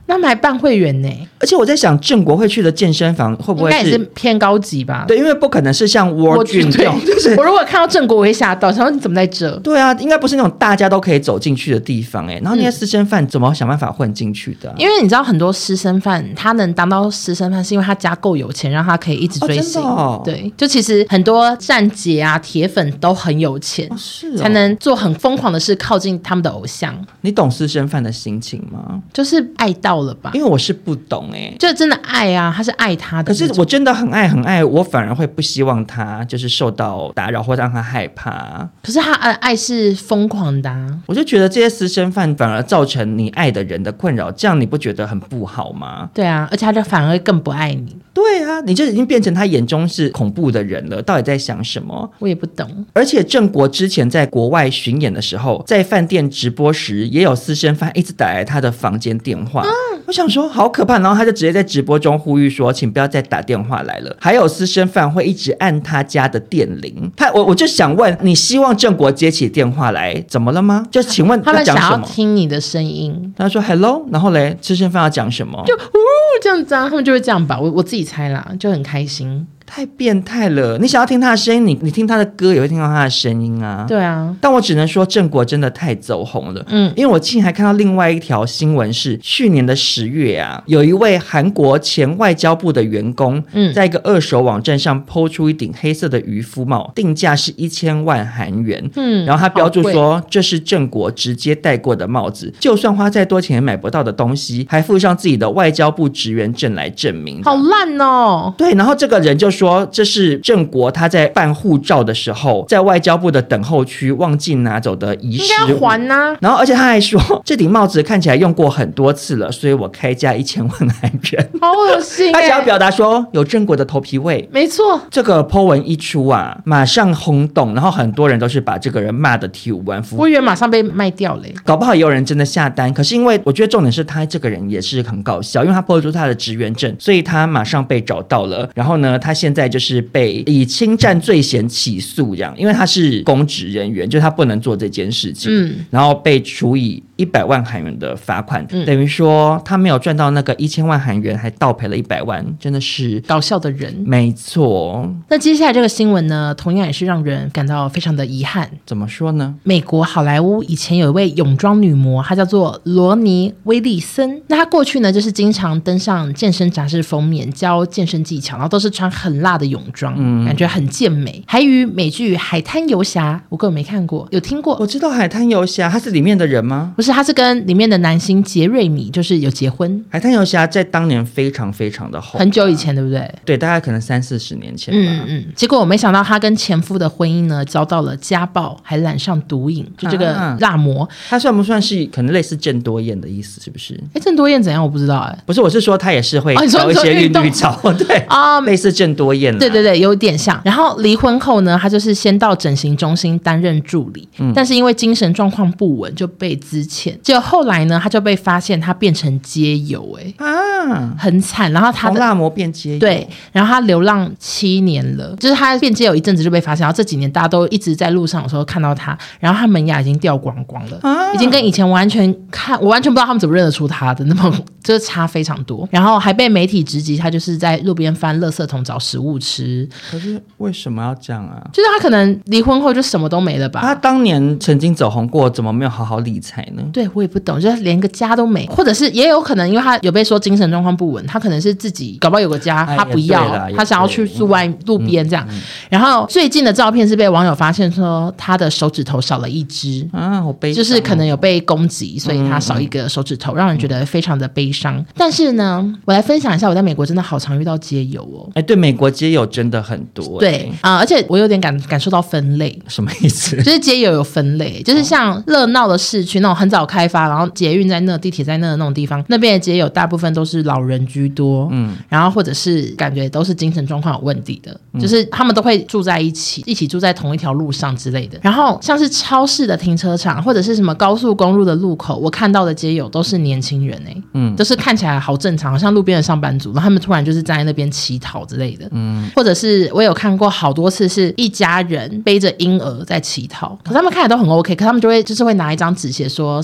那么还办会员呢？ 而且我在想郑国会去的健身房会不会 是, 应该也是偏高级吧？ 对，因为不可能是像 World Gym 这种，就是我如果看到郑国我会吓到，想说你怎么在这？ 对啊，应该不是那种大家都可以走进去的地方哎、欸。然后那些私生饭怎么想办法混进去的、啊嗯？ 因为你知道很多私生饭他能当到私生饭是因为他家够有钱，让他可以一直追星、 哦哦、 对，就其实很多站姐啊铁粉都很有钱、 哦是哦、 才能做很疯狂的事靠近他们的偶像。 你懂私生饭的心情吗？ 就是爱到了吧， 因为我是不懂哎、欸， 就真的爱啊，他是爱他的。 可是我真的很爱很爱，我反而会不希望他就是受到打扰或让他害怕。 可是他的爱是疯狂的、啊， 我就觉得这些私生饭反而造成你爱的人的困扰，这样你不觉得很不好吗？ 对啊，而且他就反而会更不爱你。 对啊，你就已经变成他眼中是恐怖的人了，到底在想什么？ 我也不懂。 而且郑国之前在国外巡演的时候，在饭店直播时，也有私生饭一直打来他的房间电话、嗯、我想说好可怕，然后他就直接在直播中呼吁说请不要再打电话来了。还有私生饭会一直按他家的电铃，他我我就想问，你希望郑国接起电话来怎么了吗？就请问他们想要讲什么？ 听你的声音。 他说 hello， 然后嘞私生饭要讲什么？ 就呜这样子啊，他们就会这样吧，我我自己猜啦，就很开心。 太变态了！你想要听他的声音，你你听他的歌也会听到他的声音啊。 对啊， 但我只能说郑国真的太走红了。嗯，因为我近还看到另外一条新闻是，去年的十月啊，有一位韩国前外交部的员工，嗯，在一个二手网站上抛出一顶黑色的渔夫帽，定价是一千万韩元。嗯，然后他标注说这是郑国直接戴过的帽子，就算花再多钱也买不到的东西，还附上自己的外交部职员证来证明。 好烂哦！ 对，然后这个人就说这是郑国他在办护照的时候在外交部的等候区忘记拿走的遗失物， 应该还啊。 然后而且他还说这顶帽子看起来用过很多次了，所以我开价一千万韩元。 好恶心、欸、 他只要表达说有郑国的头皮味。 没错，这个 po 文一出啊马上轰动，然后很多人都是把这个人骂得体无完肤。 我以为马上被卖掉了、欸、 搞不好也有人真的下单。可是因为我觉得重点是他这个人也是很搞笑，因为他 po 出他的职员证，所以他马上被找到了。然后呢他现在就是是被以侵占罪嫌起诉这样，因为他是公职人员，就是他不能做这件事情，嗯，然后被处以一百万韩元的罚款，嗯、等于说他没有赚到那个一千万韩元，还倒赔了一百万，真的是搞笑的人。 没错。 那接下来这个新闻呢，同样也是让人感到非常的遗憾。 怎么说呢？ 美国好莱坞以前有一位泳装女模，她叫做罗尼·威利森。那她过去呢，就是经常登上健身杂志封面，教健身技巧，然后都是穿很辣的泳装，嗯、感觉很健美。还与美剧《海滩游侠》，我根本没看过，有听过？ 我知道《海滩游侠》，他是里面的人吗？ 不是，他是跟里面的男星杰瑞米就是有结婚。 海滩游侠在当年非常非常的红， 很久以前，对不对？ 对，大概可能三四十年前吧。 嗯嗯。结果我没想到，他跟前夫的婚姻呢，遭到了家暴，还染上毒瘾。就这个辣模，啊、 他算不算是可能类似郑多燕的意思？是不是？ 哎，郑多燕怎样？我不知道哎、欸。 不是，我是说他也是会搞一些韵律操，哦、对啊， um, 类似郑多燕。 对对对，有点像。然后离婚后呢，他就是先到整形中心担任助理，嗯、但是因为精神状况不稳，就被资遣。结果后来呢，他就被发现他变成街友、欸，哎啊，很惨。然后他从辣模变街友， 对，然后他流浪七年了，就是他变街友一阵子就被发现，然后这几年大家都一直在路上有时候看到他，然后他门牙已经掉光光了，啊、已经跟以前完全看，我完全不知道他们怎么认得出他的，那么就是差非常多。然后还被媒体直击，他就是在路边翻垃圾桶找食物吃。 可是为什么要这样啊？ 就是他可能离婚后就什么都没了吧？ 他当年曾经走红过，怎么没有好好理财呢？ 对，我也不懂，就是连个家都没，或者是也有可能，因为他有被说精神状况不稳，他可能是自己搞不好有个家，他不要，他想要去住外路边这样。嗯嗯、然后最近的照片是被网友发现说他的手指头少了一只啊，好悲伤，就是可能有被攻击，所以他少一个手指头，嗯、让人觉得非常的悲伤。但是呢，我来分享一下，我在美国真的好常遇到街友哦。 哎，对，美国街友真的很多。 对啊、呃，而且我有点感感受到分类。 什么意思？ 就是街友有分类，就是像热闹的市区那种很早开发，然后捷运在那、地铁在那的那种地方，那边的街友大部分都是老人居多，嗯，然后或者是感觉都是精神状况有问题的，嗯、就是他们都会住在一起，一起住在同一条路上之类的。然后像是超市的停车场或者是什么高速公路的路口，我看到的街友都是年轻人哎、欸，嗯，都是看起来好正常，好像路边的上班族，然后他们突然就是站在那边乞讨之类的，嗯，或者是我有看过好多次是一家人背着婴儿在乞讨，可是他们看起来都很 OK， 可他们就会就是会拿一张纸写说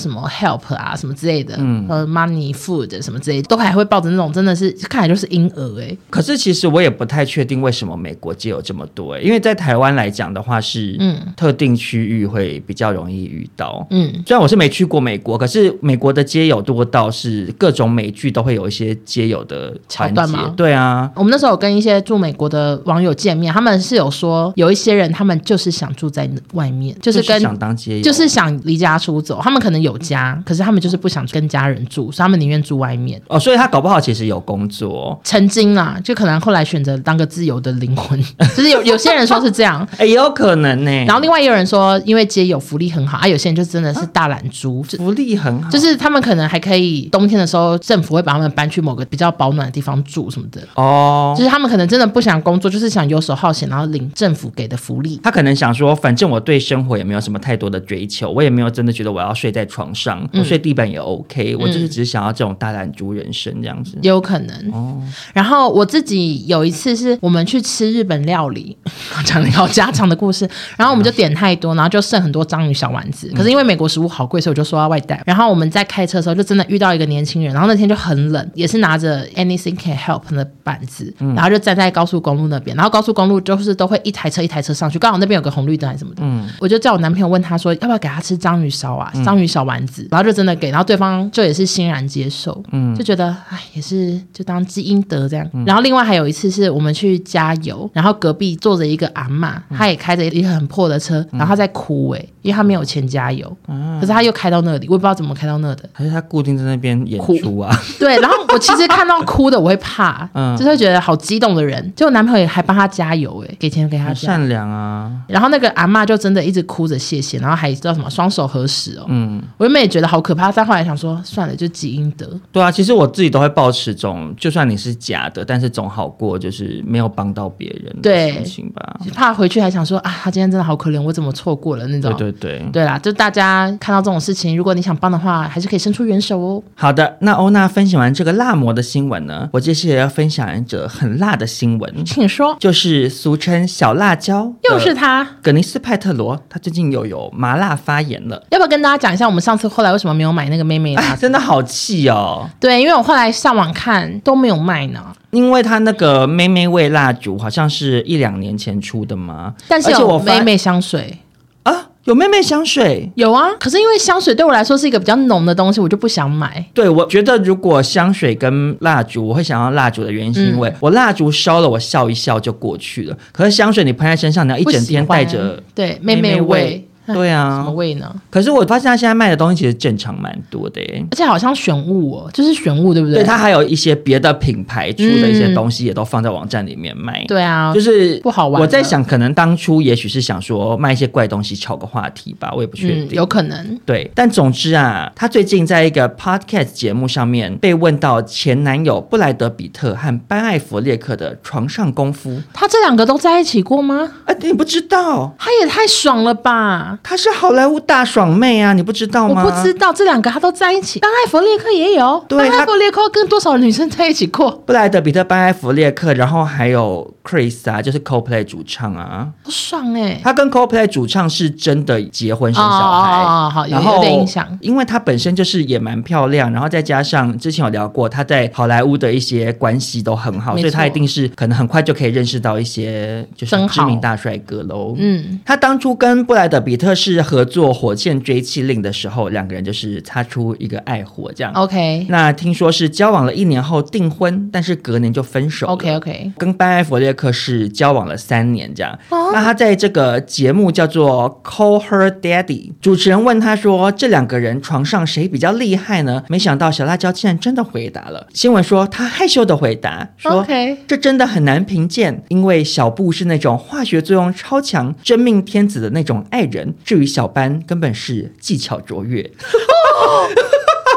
什么 help 啊什么之类的，嗯，呃 money food 什么之类的，都还会抱着那种真的是看起来就是婴儿哎、欸。 可是其实我也不太确定为什么美国街友这么多哎、欸，因为在台湾来讲的话是嗯特定区域会比较容易遇到，嗯，虽然我是没去过美国，可是美国的街友多到是各种美剧都会有一些街友的桥段吗？ 对啊， 我们那时候有跟一些住美国的网友见面，他们是有说有一些人他们就是想住在外面，就是跟、就是、 想当街友， 就是想离家出走，他们可能有家，可是他们就是不想跟家人住，所以他们宁愿住外面。 哦，所以他搞不好其实有工作， 曾经啊，就可能后来选择当个自由的灵魂，就是有有些人说是这样， 哎、欸，也有可能呢、欸。 然后另外也有人说，因为街友福利很好啊，有些人就真的是大懒猪， 啊、福利很好， 就是他们可能还可以冬天的时候，政府会把他们搬去某个比较保暖的地方住什么的。哦，就是他们可能真的不想工作，就是想游手好闲，然后领政府给的福利。 他可能想说，反正我对生活也没有什么太多的追求，我也没有真的觉得我要睡在床上，嗯、我睡地板也 OK，、嗯、我就是只是想要这种大懒猪人生这样子。 有可能哦。然后我自己有一次是我们去吃日本料理，讲了一个好家常的故事，然后我们就点太多，然后就剩很多章鱼小丸子。可是因为美国食物好贵，所以我就说要外带。然后我们在开车的时候，就真的遇到一个年轻人，然后那天就很冷，也是拿着 Anything Can Help 的板子，嗯、然后就站在高速公路那边，然后高速公路就是都会一台车一台车上去，刚好那边有个红绿灯还是什么的，嗯、我就叫我男朋友问他说要不要给他吃章鱼烧啊，章鱼小丸子，然后就真的给，然后对方就也是欣然接受，嗯、就觉得哎也是就当积阴德这样。嗯、然后另外还有一次是我们去加油，然后隔壁坐着一个阿嬷，她也开着一个很破的车，然后她在哭哎、欸，因为她没有钱加油，嗯、可是她又开到那里，我也不知道怎么开到那的， 还是她固定在那边演出啊？ 对，然后我其实看到哭的我会怕，嗯、就是会觉得好激动的人，结果男朋友还帮她加油哎、欸，给钱给她加， 善良啊。 然后那个阿嬷就真的一直哭着谢谢，然后还知道什么双手合十哦，嗯，我原本也觉得好可怕，但后来想说算了，就积阴德。 对啊，其实我自己都会抱持种，就算你是假的，但是总好过就是没有帮到别人的心情吧。 怕回去还想说啊，他今天真的好可怜，我怎么错过了那种。 对对对， 对啦，就大家看到这种事情，如果你想帮的话，还是可以伸出援手哦。 好的，那欧娜分享完这个辣模的新闻呢，我接下来要分享一则很辣的新闻， 请说。 就是俗称小辣椒， 又是他， 葛尼斯派特罗，他最近又有麻辣发言了。 要不要跟大家讲一下，我们上次后来为什么没有买那个妹妹辣？ 真的好气哦。 对，因为我后来上网看都没有卖呢。 因为他那个妹妹味蜡烛好像是一两年前出的嘛， 但是有妹妹香水啊，有妹妹香水有啊，可是因为香水对我来说是一个比较浓的东西，我就不想买。 对，我觉得如果香水跟蜡烛，我会想要蜡烛的原因是因为、嗯、我蜡烛烧了，我笑一笑就过去了。可是香水你喷在身上，你要一整天带着对妹妹味。 对啊， 什么味呢？ 可是我发现他现在卖的东西其实正常蛮多的耶， 而且好像选物哦，就是选物对不对？ 对，他还有一些别的品牌出的一些东西也都放在网站里面卖。 嗯、对啊， 就是不好玩。 我在想，可能当初也许是想说卖一些怪东西炒个话题吧，我也不确定， 嗯、有可能。 对，但总之啊，他最近在一个 podcast 节目上面被问到前男友布莱德比特和班艾弗列克的床上功夫， 他这两个都在一起过吗？ 哎、啊，你不知道？ 他也太爽了吧！ 他是好莱坞大爽妹啊，你不知道吗？ 我不知道，这两个他都在一起。班艾弗列克也有， 对， 班艾弗列克跟多少女生在一起过？ 布莱德比特、班艾弗列克，然后还有 Chris 啊，就是 Coldplay 主唱啊， 好爽哎、欸！ 他跟 Coldplay 主唱是真的结婚生小孩， 哦哦哦好， 然后有点影响。 因为他本身就是也蛮漂亮，然后再加上之前有聊过他在好莱坞的一些关系都很好，所以他一定是可能很快就可以认识到一些就是知名大帅哥喽。嗯，他当初跟布莱德比特是合作《火箭追妻令》的时候，两个人就是擦出一个爱火这样。 OK， 那听说是交往了一年后订婚，但是隔年就分手了。 OK OK， 跟班艾弗列克是交往了三年这样。哦、那他在这个节目叫做 Call Her Daddy， 主持人问他说这两个人床上谁比较厉害呢？没想到小辣椒竟然真的回答了。新闻说他害羞的回答说、 okay. 这真的很难评鉴，因为小布是那种化学作用超强真命天子的那种爱人，至于小班根本是技巧卓越。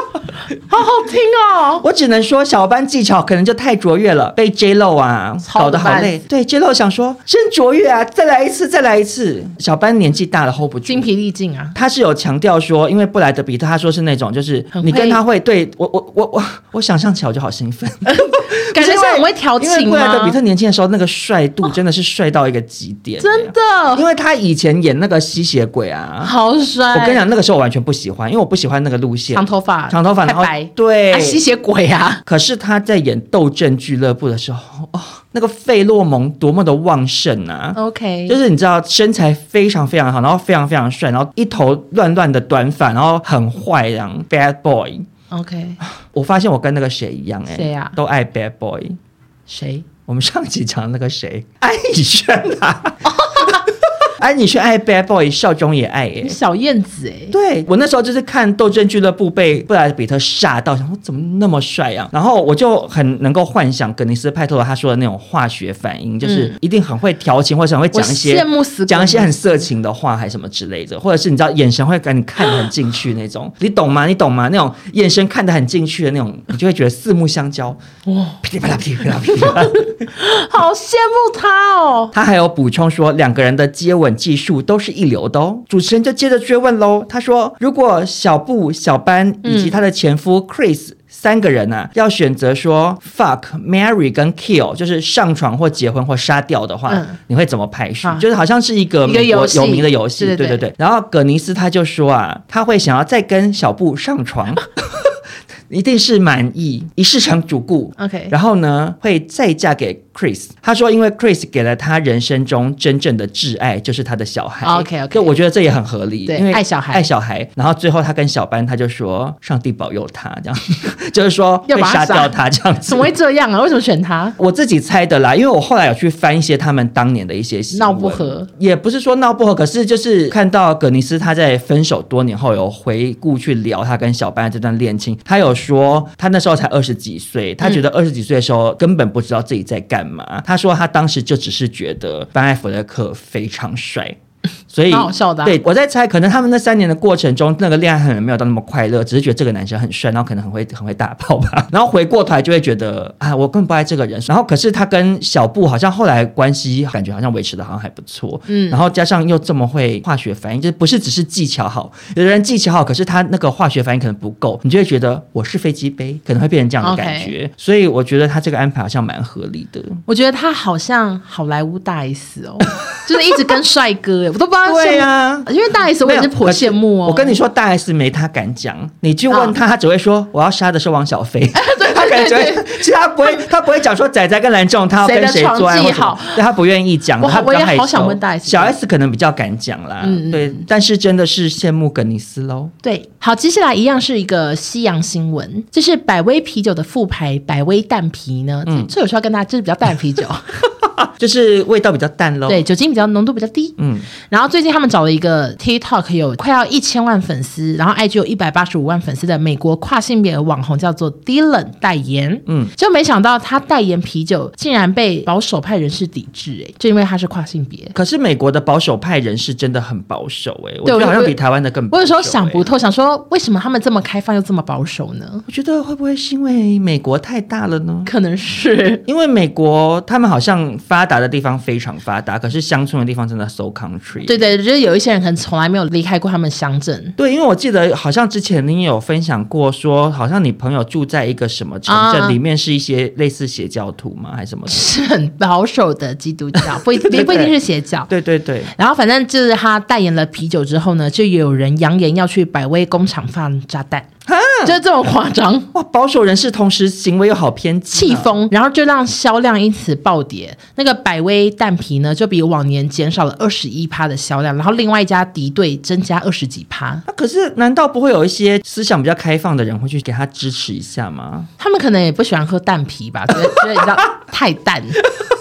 好好听哦。 我只能说小班技巧可能就太卓越了，被 J Lo 啊搞得好累。对 J Lo 想说真卓越啊，再来一次再来一次。小班年纪大了 hold 不住， 精疲力尽啊。 他是有强调说，因为布莱德比特他说是那种就是你跟他会对我我我我我想象起来我就好兴奋。 感觉是很会调情吗？ 因为布莱德比特年轻的时候那个帅度真的是帅到一个极点、欸， 真的。 因为他以前演那个吸血鬼啊， 好帅。 我跟你讲，那个时候我完全不喜欢，因为我不喜欢那个路线， 长头发， 长头发，然后白， 对、 啊，吸血鬼啊。 可是他在演斗阵俱乐部的时候，哦，那个费洛蒙多么的旺盛啊 ！OK， 就是你知道身材非常非常好，然后非常非常帅，然后一头乱乱的短发，然后很坏，这样 bad boy。OK， 我发现我跟那个谁一样、欸，哎， 谁啊？ 都爱 bad boy。 谁？ 我们上集讲那个谁，安以轩啊。安以轩爱 bad boy， 少中也爱耶、欸， 小燕子哎、欸。 对，我那时候就是看斗阵俱乐部被布莱德比特吓到，想说怎么那么帅啊，然后我就很能够幻想葛尼斯派托罗他说的那种化学反应，就是一定很会调情，或者很会讲一些羡慕死讲一些很色情的话，还什么之类的，或者是你知道眼神会给你看得很进去那种，你懂吗？你懂吗？那种眼神看得很进去的那种，你就会觉得四目相交，哇，噼里啪啦噼里啪啦噼里啪啦， 好羡慕他哦。 他还有补充说，两个人的接吻技术都是一流的哦。主持人就接着追问喽，他说如果小布、小班以及他的前夫 Chris、嗯、三个人啊要选择说 fuck marry 跟 kill， 就是上床或结婚或杀掉的话、嗯、你会怎么排序、啊、就是好像是一个美国有名的游戏，对对对。然后葛尼斯他就说啊，他会想要再跟小布上床一定是满意，一世成主顾 OK， 然后呢会再嫁给 Chris。 他说因为 Chris 给了他人生中真正的挚爱，就是他的小孩。 OK OK， 就我觉得这也很合理， 对， 因为爱小孩爱小孩。然后最后他跟小班他就说上帝保佑他这样就是说会杀掉他这样子。 怎么会这样啊？为什么选他？ 我自己猜的啦，因为我后来有去翻一些他们当年的一些新闻， 闹不和， 也不是说闹不和，可是就是看到葛尼斯他在分手多年后有回顾去聊他跟小班的这段恋情，他有说他那时候才二十几岁，他觉得二十几岁的时候根本不知道自己在干嘛、嗯、他说他当时就只是觉得班艾弗勒克非常帅，所以蛮好笑的、啊、 对，我在猜可能他们那三年的过程中那个恋爱可能没有到那么快乐，只是觉得这个男生很帅，然后可能很会很会打炮吧，然后回过头来就会觉得啊我根本不爱这个人。然后可是他跟小布好像后来关系感觉好像维持的好像还不错，嗯，然后加上又这么会化学反应，就是不是只是技巧好，有的人技巧好可是他那个化学反应可能不够，你就会觉得我是飞机杯，可能会变成这样的感觉、okay. 所以我觉得他这个安排好像蛮合理的。 我觉得他好像好莱坞大 S 哦就是一直跟帅哥我都不知道。 对啊， 因为大 S 我也是颇羡慕哦。 我跟你说大 S 没他敢讲，你去问他、哦、他只会说我要杀的是汪小菲对他感觉其实他不会他不会讲说仔仔跟蓝仲他要跟谁做爱或什么，对他不愿意讲。 我他我也好想问大 S， 小 S 可能比较敢讲啦、嗯、对，但是真的是羡慕葛尼斯咯。 对，好，接下来一样是一个西洋新闻，这是百威啤酒的副牌百威淡啤呢、嗯、这有时候要跟大家这是比较淡的啤酒就是味道比较淡咯， 对，酒精比较浓度比较低。嗯，然后最近他们找了一个 TikTok 有快要一千万粉丝，然后 I G 有一百八十五万粉丝的美国跨性别网红叫做 Dylan 代言，嗯，就没想到他代言啤酒竟然被保守派人士抵制，哎，就因为他是跨性别。 可是美国的保守派人士真的很保守，哎，我觉得好像比台湾的更保守。 我有时候想不透，想说为什么他们这么开放又这么保守呢？ 我觉得会不会是因为美国太大了呢？ 可能是因为美国他们好像发达的地方非常发达，可是乡村的地方真的 so country。 对对，就是有一些人可能从来没有离开过他们乡镇。 对，因为我记得好像之前你有分享过说好像你朋友住在一个什么城镇、啊、里面是一些类似邪教徒吗还是什么的， 是很保守的基督教不, 不, 不一定是邪教对对对。 然后反正就是他代言了啤酒之后呢，就有人扬言要去百威工厂放炸弹，就是这么夸张。 哇，保守人士同时行为又好偏激、 啊、气疯，然后就让销量因此暴跌。那个百威淡啤呢就比往年减少了二十一趴的销量，然后另外一家敌对增加二十几趴、啊、 可是难道不会有一些思想比较开放的人会去给他支持一下吗？ 他们可能也不喜欢喝淡啤吧，觉得觉得你知道太淡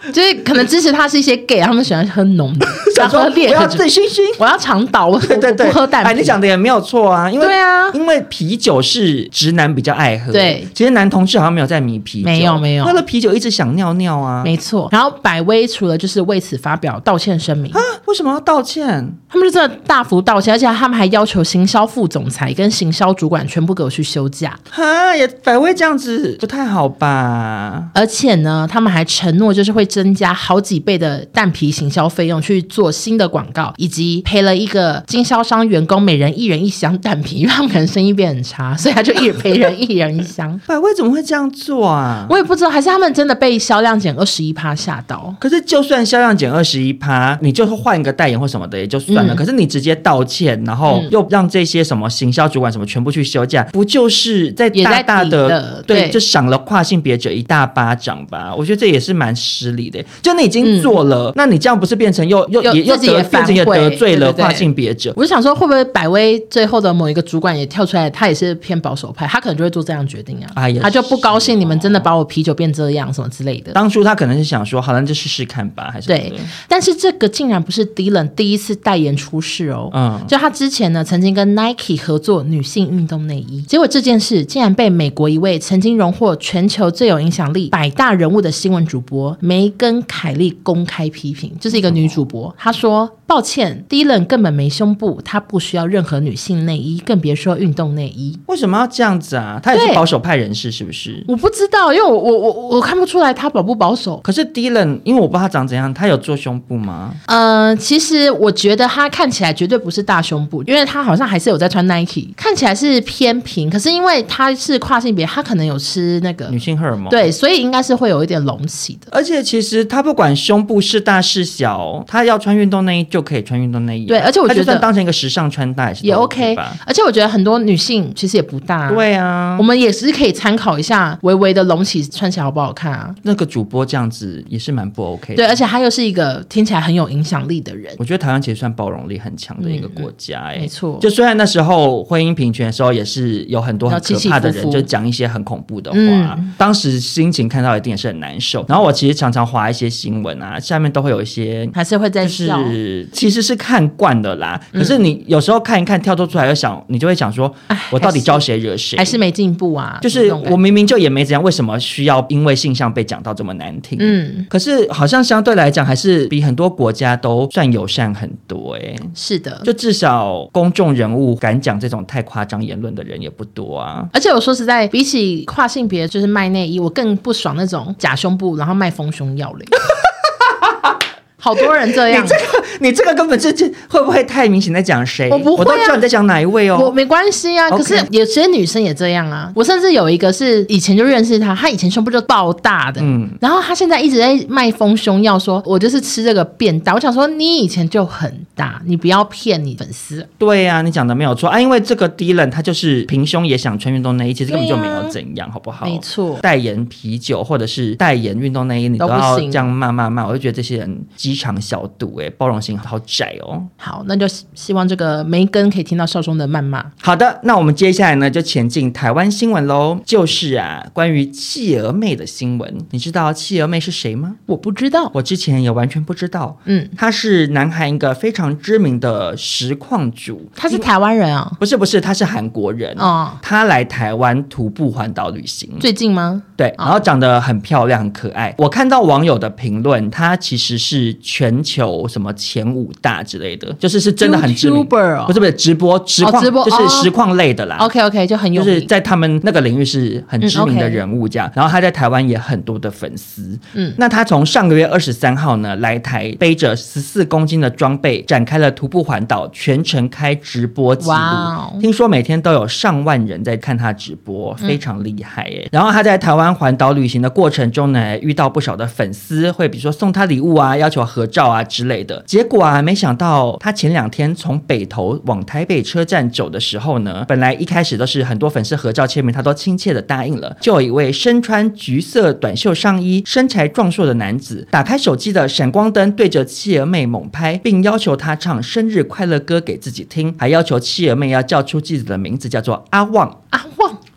就是可能支持他是一些 gay， 他们喜欢喝浓的， 想说我要醉醺醺， 我要长岛，我对对对， 不喝淡啤。 哎，你讲的也没有错啊，因为对啊， 因为啤酒是直男比较爱喝， 对， 其实男同志好像没有在迷啤酒， 没有没有， 喝了啤酒一直想尿尿啊， 没错。然后百威除了就是为此发表道歉声明啊，为什么要道歉？ 他们就真的大幅道歉，而且他们还要求行销副总裁跟行销主管全部给我去休假。 哈，也百威这样子不太好吧？ 而且呢，他们还承诺就是会增加好几倍的淡啤行销费用去做新的广告，以及赔了一个经销商员工每人一人一箱淡啤，因为他们可能生意变很差，所以他就一人赔人一人一箱。 百威怎么会这样做啊？ 我也不知道，还是他们真的被销量减二十一趴吓到。 可是就算销量减二十一趴，你就换一个代言或什么的也就算了。嗯、可是你直接道歉，然后又让这些什么行销主管什么全部去休假，不就是在大大的, 的 对, 对，就赏了跨性别者一大巴掌吧？我觉得这也是蛮失礼的。就你已经做了，嗯、那你这样不是变成又又也又得变成也得罪了跨性别者？对对对， 我就想说，会不会百威最后的某一个主管也跳出来，他也是偏保守派，他可能就会做这样决定啊？啊他就不高兴你们真的把我啤酒变这样什么之类的。 当初他可能是想说，好了，就试试看吧，还是对。但是这个竟然不是 Dylan 第一次代言出事哦。嗯，就他之前呢，曾经跟 Nike 合作女性运动内衣，结果这件事竟然被美国一位曾经荣获全球最有影响力百大人物的新闻主播梅根凯利公开批评，就是一个女主播，她说：“抱歉 ，Dylan 根本没胸部，他不需要任何女性内衣，更别说运动内衣。” 为什么要这样子啊？他也是保守派人士是不是？ 我不知道，因为我我我我看不出来他保不保守。 可是 Dylan， 因为我不知道他长怎样，他有做胸部吗？ 呃，其实我觉得他看起来绝对不是大胸部，因为他好像还是有在穿 Nike， 看起来是偏平。可是因为他是跨性别，他可能有吃那个女性荷尔蒙， 对，所以应该是会有一点隆起的。 而且其实他不管胸部是大是小，他要穿运动内衣就可以穿运动内衣。 对，而且我觉得他就算当成一个时尚穿戴也 OK 吧。而且我觉得很多女性其实也不大、啊， 对啊， 我们也是可以参考一下微微的隆起穿起来好不好看啊？ 那个主播这样子也是蛮不 OK 的。 对，而且他又是一个听起来很有影响力的人。 我觉得台湾其实算包容力很强的一个国家、欸，哎、嗯， 没错。 就虽然那时候婚姻平权的时候，也是有很多很可怕的人，就讲一些很恐怖的话、嗯。当时心情看到一定也是很难受。然后我其实常常滑一些新闻啊，下面都会有一些还是会在笑， 就是其实是看惯了啦。嗯、可是你有时候看一看，跳脱出来又想，你就会想说，我到底招谁惹谁？ 还是没进步啊？ 就是我明明就也没怎样，为什么需要因为性向被讲到这么难听？嗯，可是好像相对来讲，还是比很多国家都算友善很多、欸。哎， 是的， 就至少公众人物敢讲这种太夸张言论的人也不多啊。 而且我说实在，比起跨性别就是卖内衣，我更不爽那种假胸部然后卖丰胸药嘞。好多人这样， 你这个你这个根本是会不会太明显在讲谁？ 我不会、啊， 我都知道你在讲哪一位哦。 我没关系啊， okay. 可是有些女生也这样啊。我甚至有一个是以前就认识她，她以前胸部就爆大的，嗯，然后她现在一直在卖丰胸药，说我就是吃这个变大。我想说，你以前就很大，你不要骗你粉丝。 对啊，你讲的没有错啊，因为这个 Dylan 他就是平胸也想穿运动内衣，其实根本就没有怎样，好不好？ 没错， 代言啤酒或者是代言运动内衣，你都要这样骂骂骂，我就觉得这些人鸡肠小肚。包容性好窄哦。 好，那就希望这个梅根可以听到少中的谩骂。 好的，那我们接下来呢就前进台湾新闻咯，就是啊关于企鹅妹的新闻。你知道企鹅妹是谁吗？ 我不知道， 我之前也完全不知道。嗯，她是南韩一个非常知名的实况主。 她是台湾人啊？ 不是不是，她是韩国人哦。她来台湾徒步环岛旅行。 最近吗？ 对，然后长得很漂亮很可爱。我看到网友的评论，她其实是全球什么前五大之类的，就是是真的很知名。 YouTuber 哦、 不是不是直播实况、哦、直播就是实况类的啦。 OK OK 就很有名，就是在他们那个领域是很知名的人物这样。嗯 okay、然后他在台湾也很多的粉丝。嗯，那他从上个月二十三号呢来台，背着十四公斤的装备，展开了徒步环岛，全程开直播记录。Wow、听说每天都有上万人在看他直播，非常厉害耶。嗯、然后他在台湾环岛旅行的过程中呢，遇到不少的粉丝会比如说送他礼物啊，要求合照啊之类的。结果啊，没想到他前两天从北投往台北车站走的时候呢，本来一开始都是很多粉丝合照签名，他都亲切的答应了。就有一位身穿橘色短袖上衣、身材壮硕的男子，打开手机的闪光灯，对着企鹅妹猛拍，并要求他唱生日快乐歌给自己听，还要求企鹅妹要叫出自己的名字，叫做阿旺。 阿旺。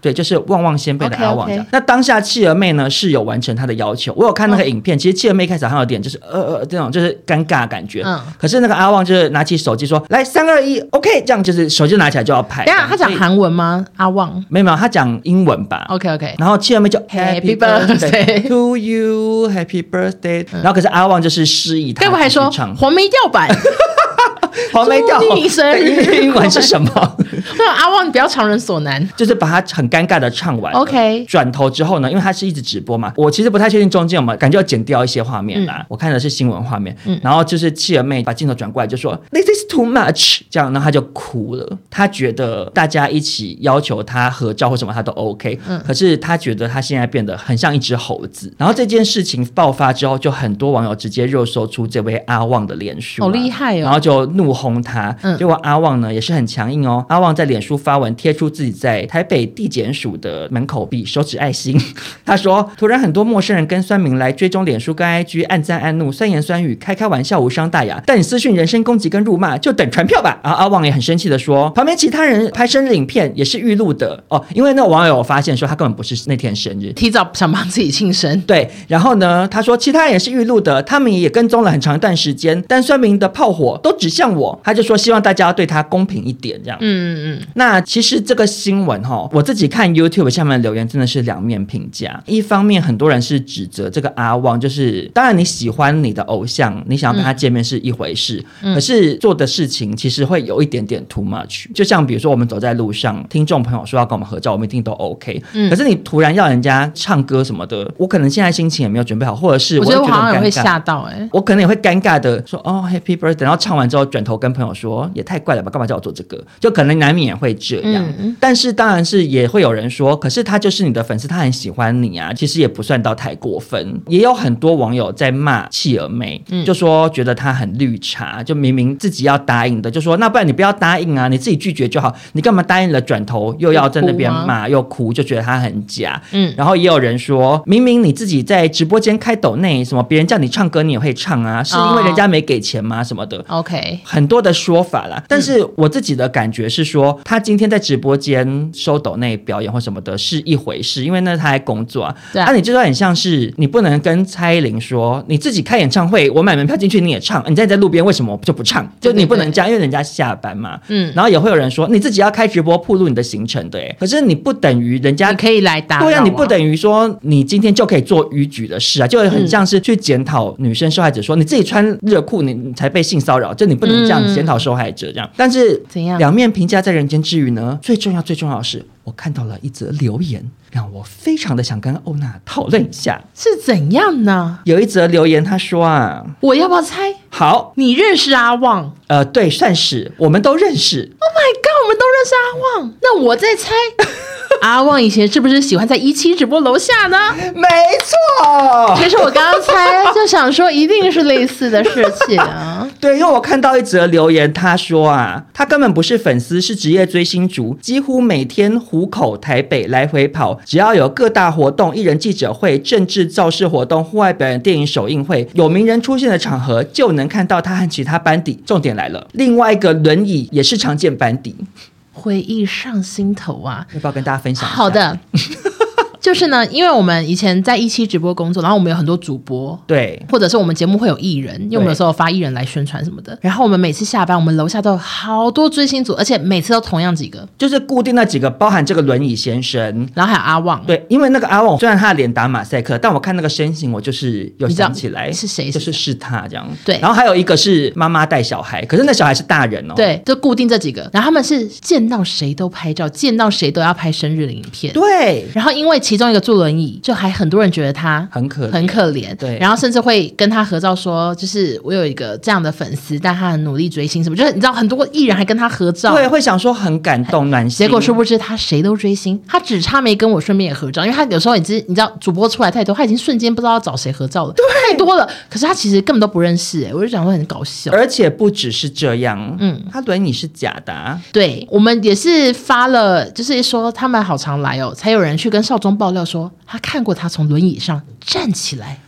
对，就是旺旺仙贝的阿旺。 okay, okay. 那当下企鹅妹呢是有完成她的要求，我有看那个影片、哦、其实企鹅妹开始好像有点就是呃呃这种就是尴尬感觉、嗯、可是那个阿旺就是拿起手机说来三二一 OK， 这样就是手机拿起来就要拍。 等一下他讲韩文吗？阿旺没有没有，他讲英文吧。 OK OK， 然后企鹅妹就 Happy birthday to you Happy birthday、嗯、然后可是阿旺就是示意他该不还说黄梅调版黄梅调祝你生日， 英文是什么？ 阿旺你不要强人所难， 就是把他很尴尬的唱完。 OK， 转头之后呢，因为他是一直直播嘛，我其实不太确定中间有没有感觉要剪掉一些画面啦、嗯、我看的是新闻画面、嗯、然后就是企鹅妹把镜头转过来就说 This is too much， 这样，然后他就哭了。他觉得大家一起要求他合照或什么他都 OK、嗯、可是他觉得他现在变得很像一只猴子。然后这件事情爆发之后，就很多网友直接热搜出这位阿旺的脸书、啊、 好厉害哦， 然后就怒轰他、嗯、结果阿旺呢也是很强硬哦。阿旺在脸书发文贴出自己在台北地检署的门口壁手指爱心，他说突然很多陌生人跟酸民来追踪脸书跟 I G 按赞按怒酸言酸语，开开玩笑无伤大雅，但你私讯人身攻击跟辱骂就等传票吧。然后阿旺也很生气的说旁边其他人拍生日影片也是预录的哦，因为那个网友发现说他根本不是那天生日， 提早想帮自己庆生。 对，然后呢他说其他人也是预录的，他们也跟踪了很长一段时间，但酸民的炮火都指向我，他就说希望大家要对他公平一点这样。嗯嗯嗯。那其实这个新闻齁，我自己看 YouTube 下面的留言真的是两面评价。一方面很多人是指责这个阿旺，就是当然你喜欢你的偶像，你想要跟他见面是一回事、嗯、可是做的事情其实会有一点点 too much。就像比如说我们走在路上，听众朋友说要跟我们合照，我们一定都 OK、嗯、可是你突然要人家唱歌什么的，我可能现在心情也没有准备好，或者是我觉得我好像也会吓到、欸、 我可能也会尴尬的说哦 Happy birthday， 然后唱完之后转头跟朋友说也太怪了吧，干嘛叫我做这个，就可能难免也会这样、嗯、但是当然是也会有人说可是他就是你的粉丝，他很喜欢你啊，其实也不算到太过分。也有很多网友在骂企鹅妹、嗯、就说觉得他很绿茶，就明明自己要答应的就说那不然你不要答应啊，你自己拒绝就好，你干嘛答应了转头又要在那边骂又哭，就觉得他很假。嗯，然后也有人说明明你自己在直播间开抖内什么别人叫你唱歌你也会唱啊，是因为人家没给钱吗什么的、 哦、OK， 很多的说法啦。但是我自己的感觉是说他今天在直播间收抖内表演或什么的是一回事，因为那他在工作啊。对啊，那你就说很像是你不能跟蔡依林说你自己开演唱会我买门票进去你也唱，你在在路边为什么就不唱，就你不能这样，因为人家下班嘛。嗯，然后也会有人说你自己要开直播暴露你的行程的，可是你不等于人家你可以来打扰、啊、 对啊，你不等于说你今天就可以做逾矩的事啊，就很像是去检讨女生受害者说、嗯、你自己穿热裤你才被性骚扰，就你不能这样检讨受害者这样、嗯、但是怎样两面评价在人间之余呢，最重要最重要的是我看到了一则留言让我非常的想跟欧娜讨论一下是怎样呢。 有一则留言他说啊， 我要不要猜？ 好， 你认识阿旺？ 呃，对，算是我们都认识。 Oh my god， 我们都认识阿旺。那我再猜阿旺以前是不是喜欢在一期直播楼下呢？ 没错， 其实我刚刚猜就想说一定是类似的事情啊。 对，因为我看到一则留言他说啊，他根本不是粉丝，是职业追星族，几乎每天虎口台北来回跑，只要有各大活动艺人记者会政治造势活动户外表演电影首映会有名人出现的场合就能看到他和其他班底。重点来了，另外一个轮椅也是常见班底。 回忆上心头啊， 要不要跟大家分享一下？ 好的就是呢，因为我们以前在一期直播工作，然后我们有很多主播，对，或者是我们节目会有艺人，因为我们有时候发艺人来宣传什么的。然后我们每次下班，我们楼下都有好多追星族，而且每次都同样几个， 就是固定那几个，包含这个轮椅先生， 然后还有阿旺。对， 因为那个阿旺虽然他的脸打马赛克，但我看那个身形，我就是有想起来是谁， 就是是他这样。 对， 然后还有一个是妈妈带小孩，可是那小孩是大人哦。 对，就固定这几个，然后他们是见到谁都拍照，见到谁都要拍生日的影片。 对， 然后因为其中一个坐轮椅。就还很多人觉得他很可很可怜，对，然后甚至会跟他合照说，就是我有一个这样的粉丝，但他很努力追星什么，就是你知道很多艺人还跟他合照， 对，会想说很感动暖心。 结果殊不知他谁都追星，他只差没跟我顺便也合照，因为他有时候你知你知道主播出来太多，他已经瞬间不知道要找谁合照了，太多了。可是他其实根本都不认识、欸，我就想说很搞笑。 而且不只是这样，嗯，他轮椅是假的、啊。 对，我们也是发了，就是说他们好常来哦，才有人去跟少中爆料说他看过他从轮椅上站起来。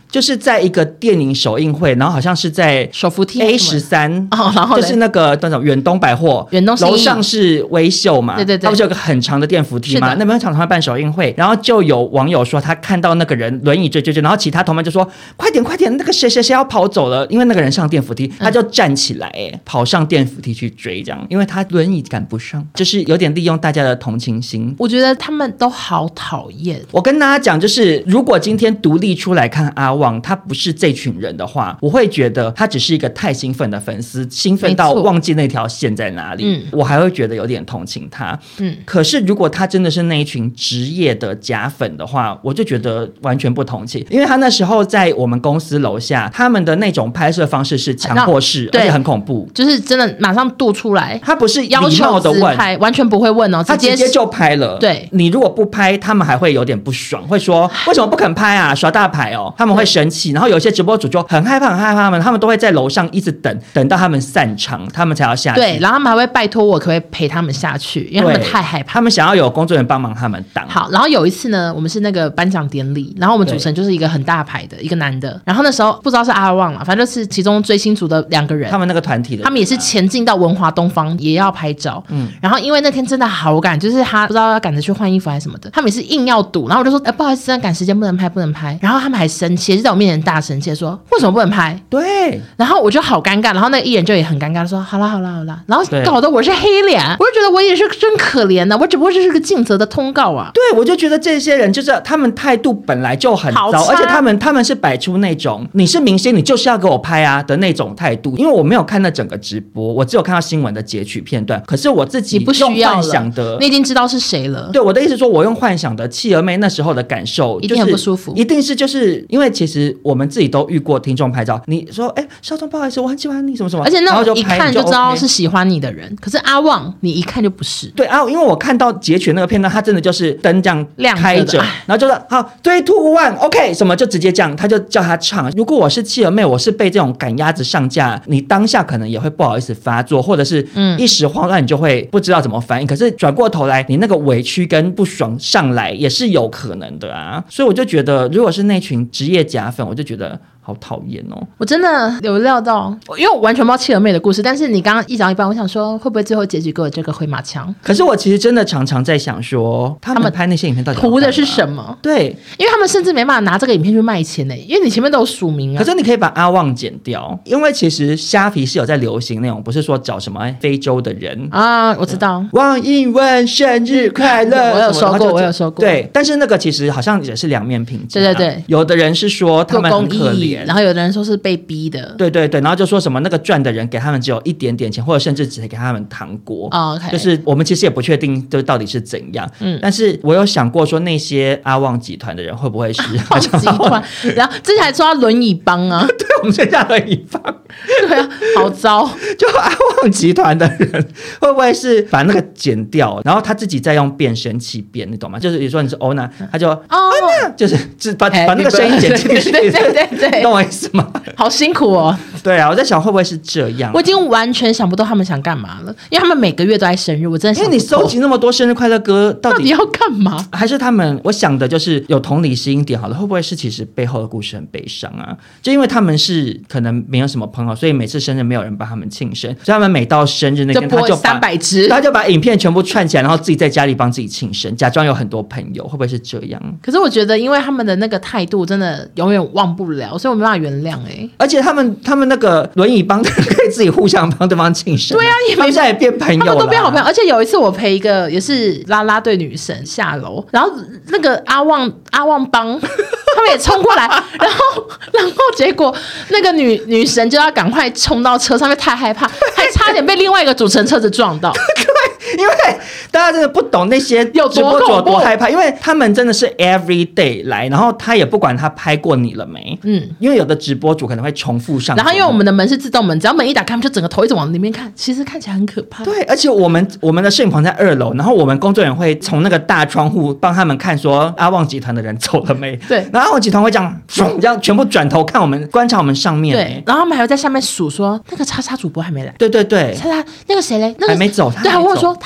就是在一个电影首映会，然后好像是在手扶梯 A 十三， 哦，然后就是那个那种远东百货， 远东楼上是微秀嘛， 对对对， 它不是有个很长的电扶梯嘛？那边常常会办首映会，然后就有网友说他看到那个人轮椅追追追，然后其他同伴就说快点快点，那个谁谁谁要跑走了，因为那个人上电扶梯，他就站起来、欸，跑上电扶梯去追，这样，因为他轮椅赶不上，就是有点利用大家的同情心。 我觉得他们都好讨厌。 我跟大家讲，就是如果今天独立出来看阿旺，他不是这群人的话，我会觉得他只是一个太兴奋的粉丝，兴奋到忘记那条线在哪里，嗯，我还会觉得有点同情他。嗯，可是如果他真的是那一群职业的假粉的话，我就觉得完全不同情，因为他那时候在我们公司楼下，他们的那种拍摄方式是强迫式，而且很恐怖， 就是真的马上度出来， 他不是礼貌的问， 完全不会问哦， 他直接就拍了。 对， 你如果不拍，他们还会有点不爽，会说为什么不肯拍啊，耍大牌哦，他们会生气。然后有些直播主就很害怕，很害怕他们，他们都会在楼上一直等，等到他们散场，他们才要下去。 对，然后他们还会拜托我可不可以陪他们下去，因为他们太害怕， 他们想要有工作人员帮忙他们挡。 好，然后有一次呢，我们是那个颁奖典礼，然后我们主持人就是一个很大牌的一个男的，然后那时候不知道是阿旺了，反正就是其中追星族的两个人， 他们那个团体的， 他们也是前进到文华东方也要拍照，嗯，然后因为那天真的好赶，就是他不知道要赶着去换衣服还是什么的，他们也是硬要赌，然后我就说，哎、欸，不好意思，赶时间不能拍，不能拍，然后他们还生气，就在我面前大生气说，为什么不能拍？ 对， 然后我就好尴尬，然后那个艺人就也很尴尬，说，好啦好啦好啦，然后搞得我是黑脸，我就觉得我也是真可怜的，我只不过就是个尽责的通告啊。 对，我就觉得这些人就是他们态度本来就很糟，而且他们他们是摆出那种你是明星，你就是要给我拍啊的那种态度。因为我没有看那整个直播，我只有看到新闻的截取片段。可是我自己用幻想的， 你已经知道是谁了。 对，我的意思说，我用幻想的企鹅妹那时候的感受， 一定很不舒服， 一定是就是因为其实我们自己都遇过听众拍照，你说哎，少宗不好意思，我很喜欢你什么什么， 而且那种一看就知道是喜欢你的人。可是阿旺，你一看就不是。 对啊，因为我看到截取那个片段，他真的就是灯这样开着，然后就说好three two one OK 什么就直接这样，他就叫他唱。如果我是企鹅妹，我是被这种赶鸭子上架，你当下可能也会不好意思发作，或者是一时慌乱，你就会不知道怎么反应。可是转过头来，你那个委屈跟不爽上来也是有可能的啊。所以我就觉得，如果是那群职业假粉，我就觉得好讨厌哦！ 我真的有料到，因为我完全不知道企鹅妹的故事，但是你刚刚一讲一半，我想说会不会最后结局给我这个回马枪？ 可是我其实真的常常在想说，他们拍那些影片到底图的是什么？ 对， 因为他们甚至没办法拿这个影片去卖钱呢，因为你前面都有署名啊。 可是你可以把阿旺剪掉，因为其实虾皮是有在流行那种，不是说找什么非洲的人啊，我知道。 汪英文生日快乐， 我有收过，我有收过。 对，但是那个其实好像也是两面评价。 对对对， 有的人是说他们很可怜。 然后有的人说是被逼的， 对对对，然后就说什么那个赚的人给他们只有一点点钱，或者甚至只给他们糖果。 哦 okay、 就是我们其实也不确定就到底是怎样。嗯，但是我有想过说那些阿旺集团的人会不会是阿旺集团？然后之前还说他轮椅帮啊， 对，我们现在轮椅帮， 对啊，好糟。 就阿旺集团的人会不会是把那个剪掉，然后他自己再用变声器变，你懂吗？就是比如说你是欧娜，他就哦，就是把把那个声音剪进去， 对对对对， 懂我意思吗？ 好辛苦哦。 对啊，我在想会不会是这样？ 我已经完全想不到他们想干嘛了，因为他们每个月都在生日，我真的想不透。 因为你搜集那么多生日快乐歌，到底到底要干嘛？ 还是他们？我想的就是有同理心一点好了，会不会是其实背后的故事很悲伤啊？就因为他们是可能没有什么朋友，所以每次生日没有人帮他们庆生，所以他们每到生日那天，他就三百支， 他就把影片全部串起来，然后自己在家里帮自己庆生，假装有很多朋友，会不会是这样？ 可是我觉得，因为他们的那个态度真的永远忘不了，所以我没办法原谅哎、欸。 而且他们他们那个轮椅帮可以自己互相帮对方庆生， 对啊，也没他们现在也变朋友了， 他们都变好朋友。而且有一次我陪一个也是啦啦队女神下楼，然后那个阿旺阿旺帮他们也冲过来，然后然后结果那个女女神就要赶快冲到车上面，太害怕，还差点被另外一个主持人车子撞到。 因为大家真的不懂那些直播主多害怕，因为他们真的是 every day 来，然后他也不管他拍过你了没，嗯，因为有的直播主可能会重复上， 然后因为我们的门是自动门，只要门一打开，他们就整个头一直往里面看，其实看起来很可怕。 对，而且我们我们的摄影棚在二楼，然后我们工作人员会从那个大窗户帮他们看说阿旺集团的人走了没， 对， 然后阿旺集团会这样这样全部转头看我们，观察我们上面， 对，然后他们还会在下面数说那个叉叉主播还没来， 对对对， 叉叉那个谁嘞，那个还没走， 对，还问我说。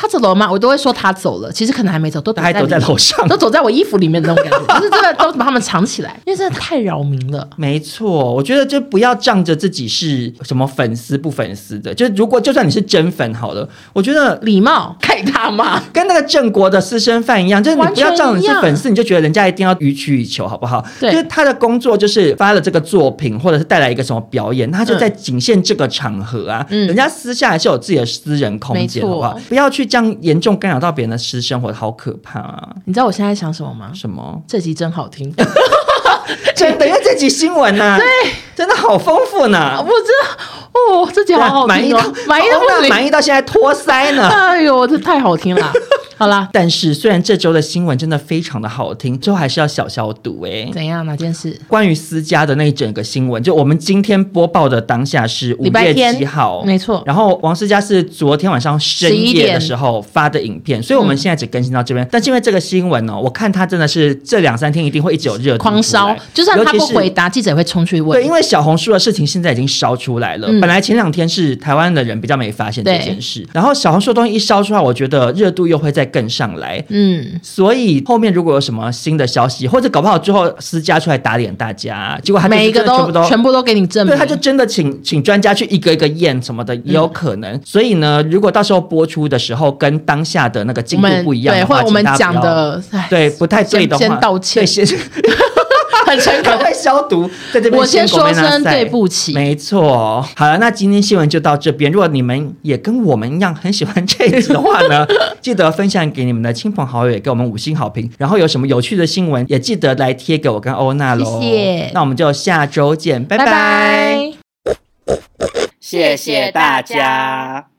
他走了吗？我都会说他走了，其实可能还没走，都还走在楼上， 都走在我衣服里面那种感觉，就是真的都把他们藏起来，因为真的太扰民了。 没错，我觉得就不要仗着自己是什么粉丝不粉丝的，就如果就算你是真粉好了，我觉得礼貌开大骂， 跟那个郑国的私生饭一样，就是你不要仗着你是粉丝，你就觉得人家一定要予取予求，好不好？对，就是他的工作就是发了这个作品，或者是带来一个什么表演，他就在仅限这个场合啊，嗯、人家私下还是有自己的私人空间，好不好？不要去这样严重干扰到别人的私生活，好可怕啊！ 你知道我现在想什么吗？ 什么？ 这集真好听。 真的，因为这集新闻呢、啊，对，真的好丰富呢。 我知道，哦，这集好好听、哦， 满意到满意到满意到现在脱腮呢。 哎呦，这太好听了。好啦， 但是虽然这周的新闻真的非常的好听，最后还是要小消毒哎、欸。 怎样？哪件事？ 关于私家的那一整个新闻，就我们今天播报的当下是五月七号， 没错。 然后王思佳是昨天晚上深夜的时候发的影片，所以我们现在只更新到这边。嗯、但是因为这个新闻呢、哦，我看他真的是这两三天一定会一直有热度狂烧，就算他不回答，记者也会冲去问。 对，因为小红书的事情现在已经烧出来了。嗯、本来前两天是台湾的人比较没发现这件事，然后小红书的东西一烧出来，我觉得热度又会再更上来。嗯，所以后面如果有什么新的消息，或者搞不好之后私家出来打脸大家，结果他就每一个都全部都全部都给你证明， 对，他就真的请请专家去一个一个验什么的，也有可能。嗯、所以呢，如果到时候播出的时候跟当下的那个进度不一样的话， 对，或者我们讲的对不太对的话， 先道歉， 对，先很诚恳， 快消毒，在这边我先说声对不起。 没错，好了，那今天新闻就到这边。如果你们也跟我们一样很喜欢这一集的话呢，记得分享给你们的亲朋好友，也给我们五星好评。然后有什么有趣的新闻，也记得来贴给我跟欧娜喽。 谢谢， 那我们就下周见，拜拜。 拜拜， 谢谢大家。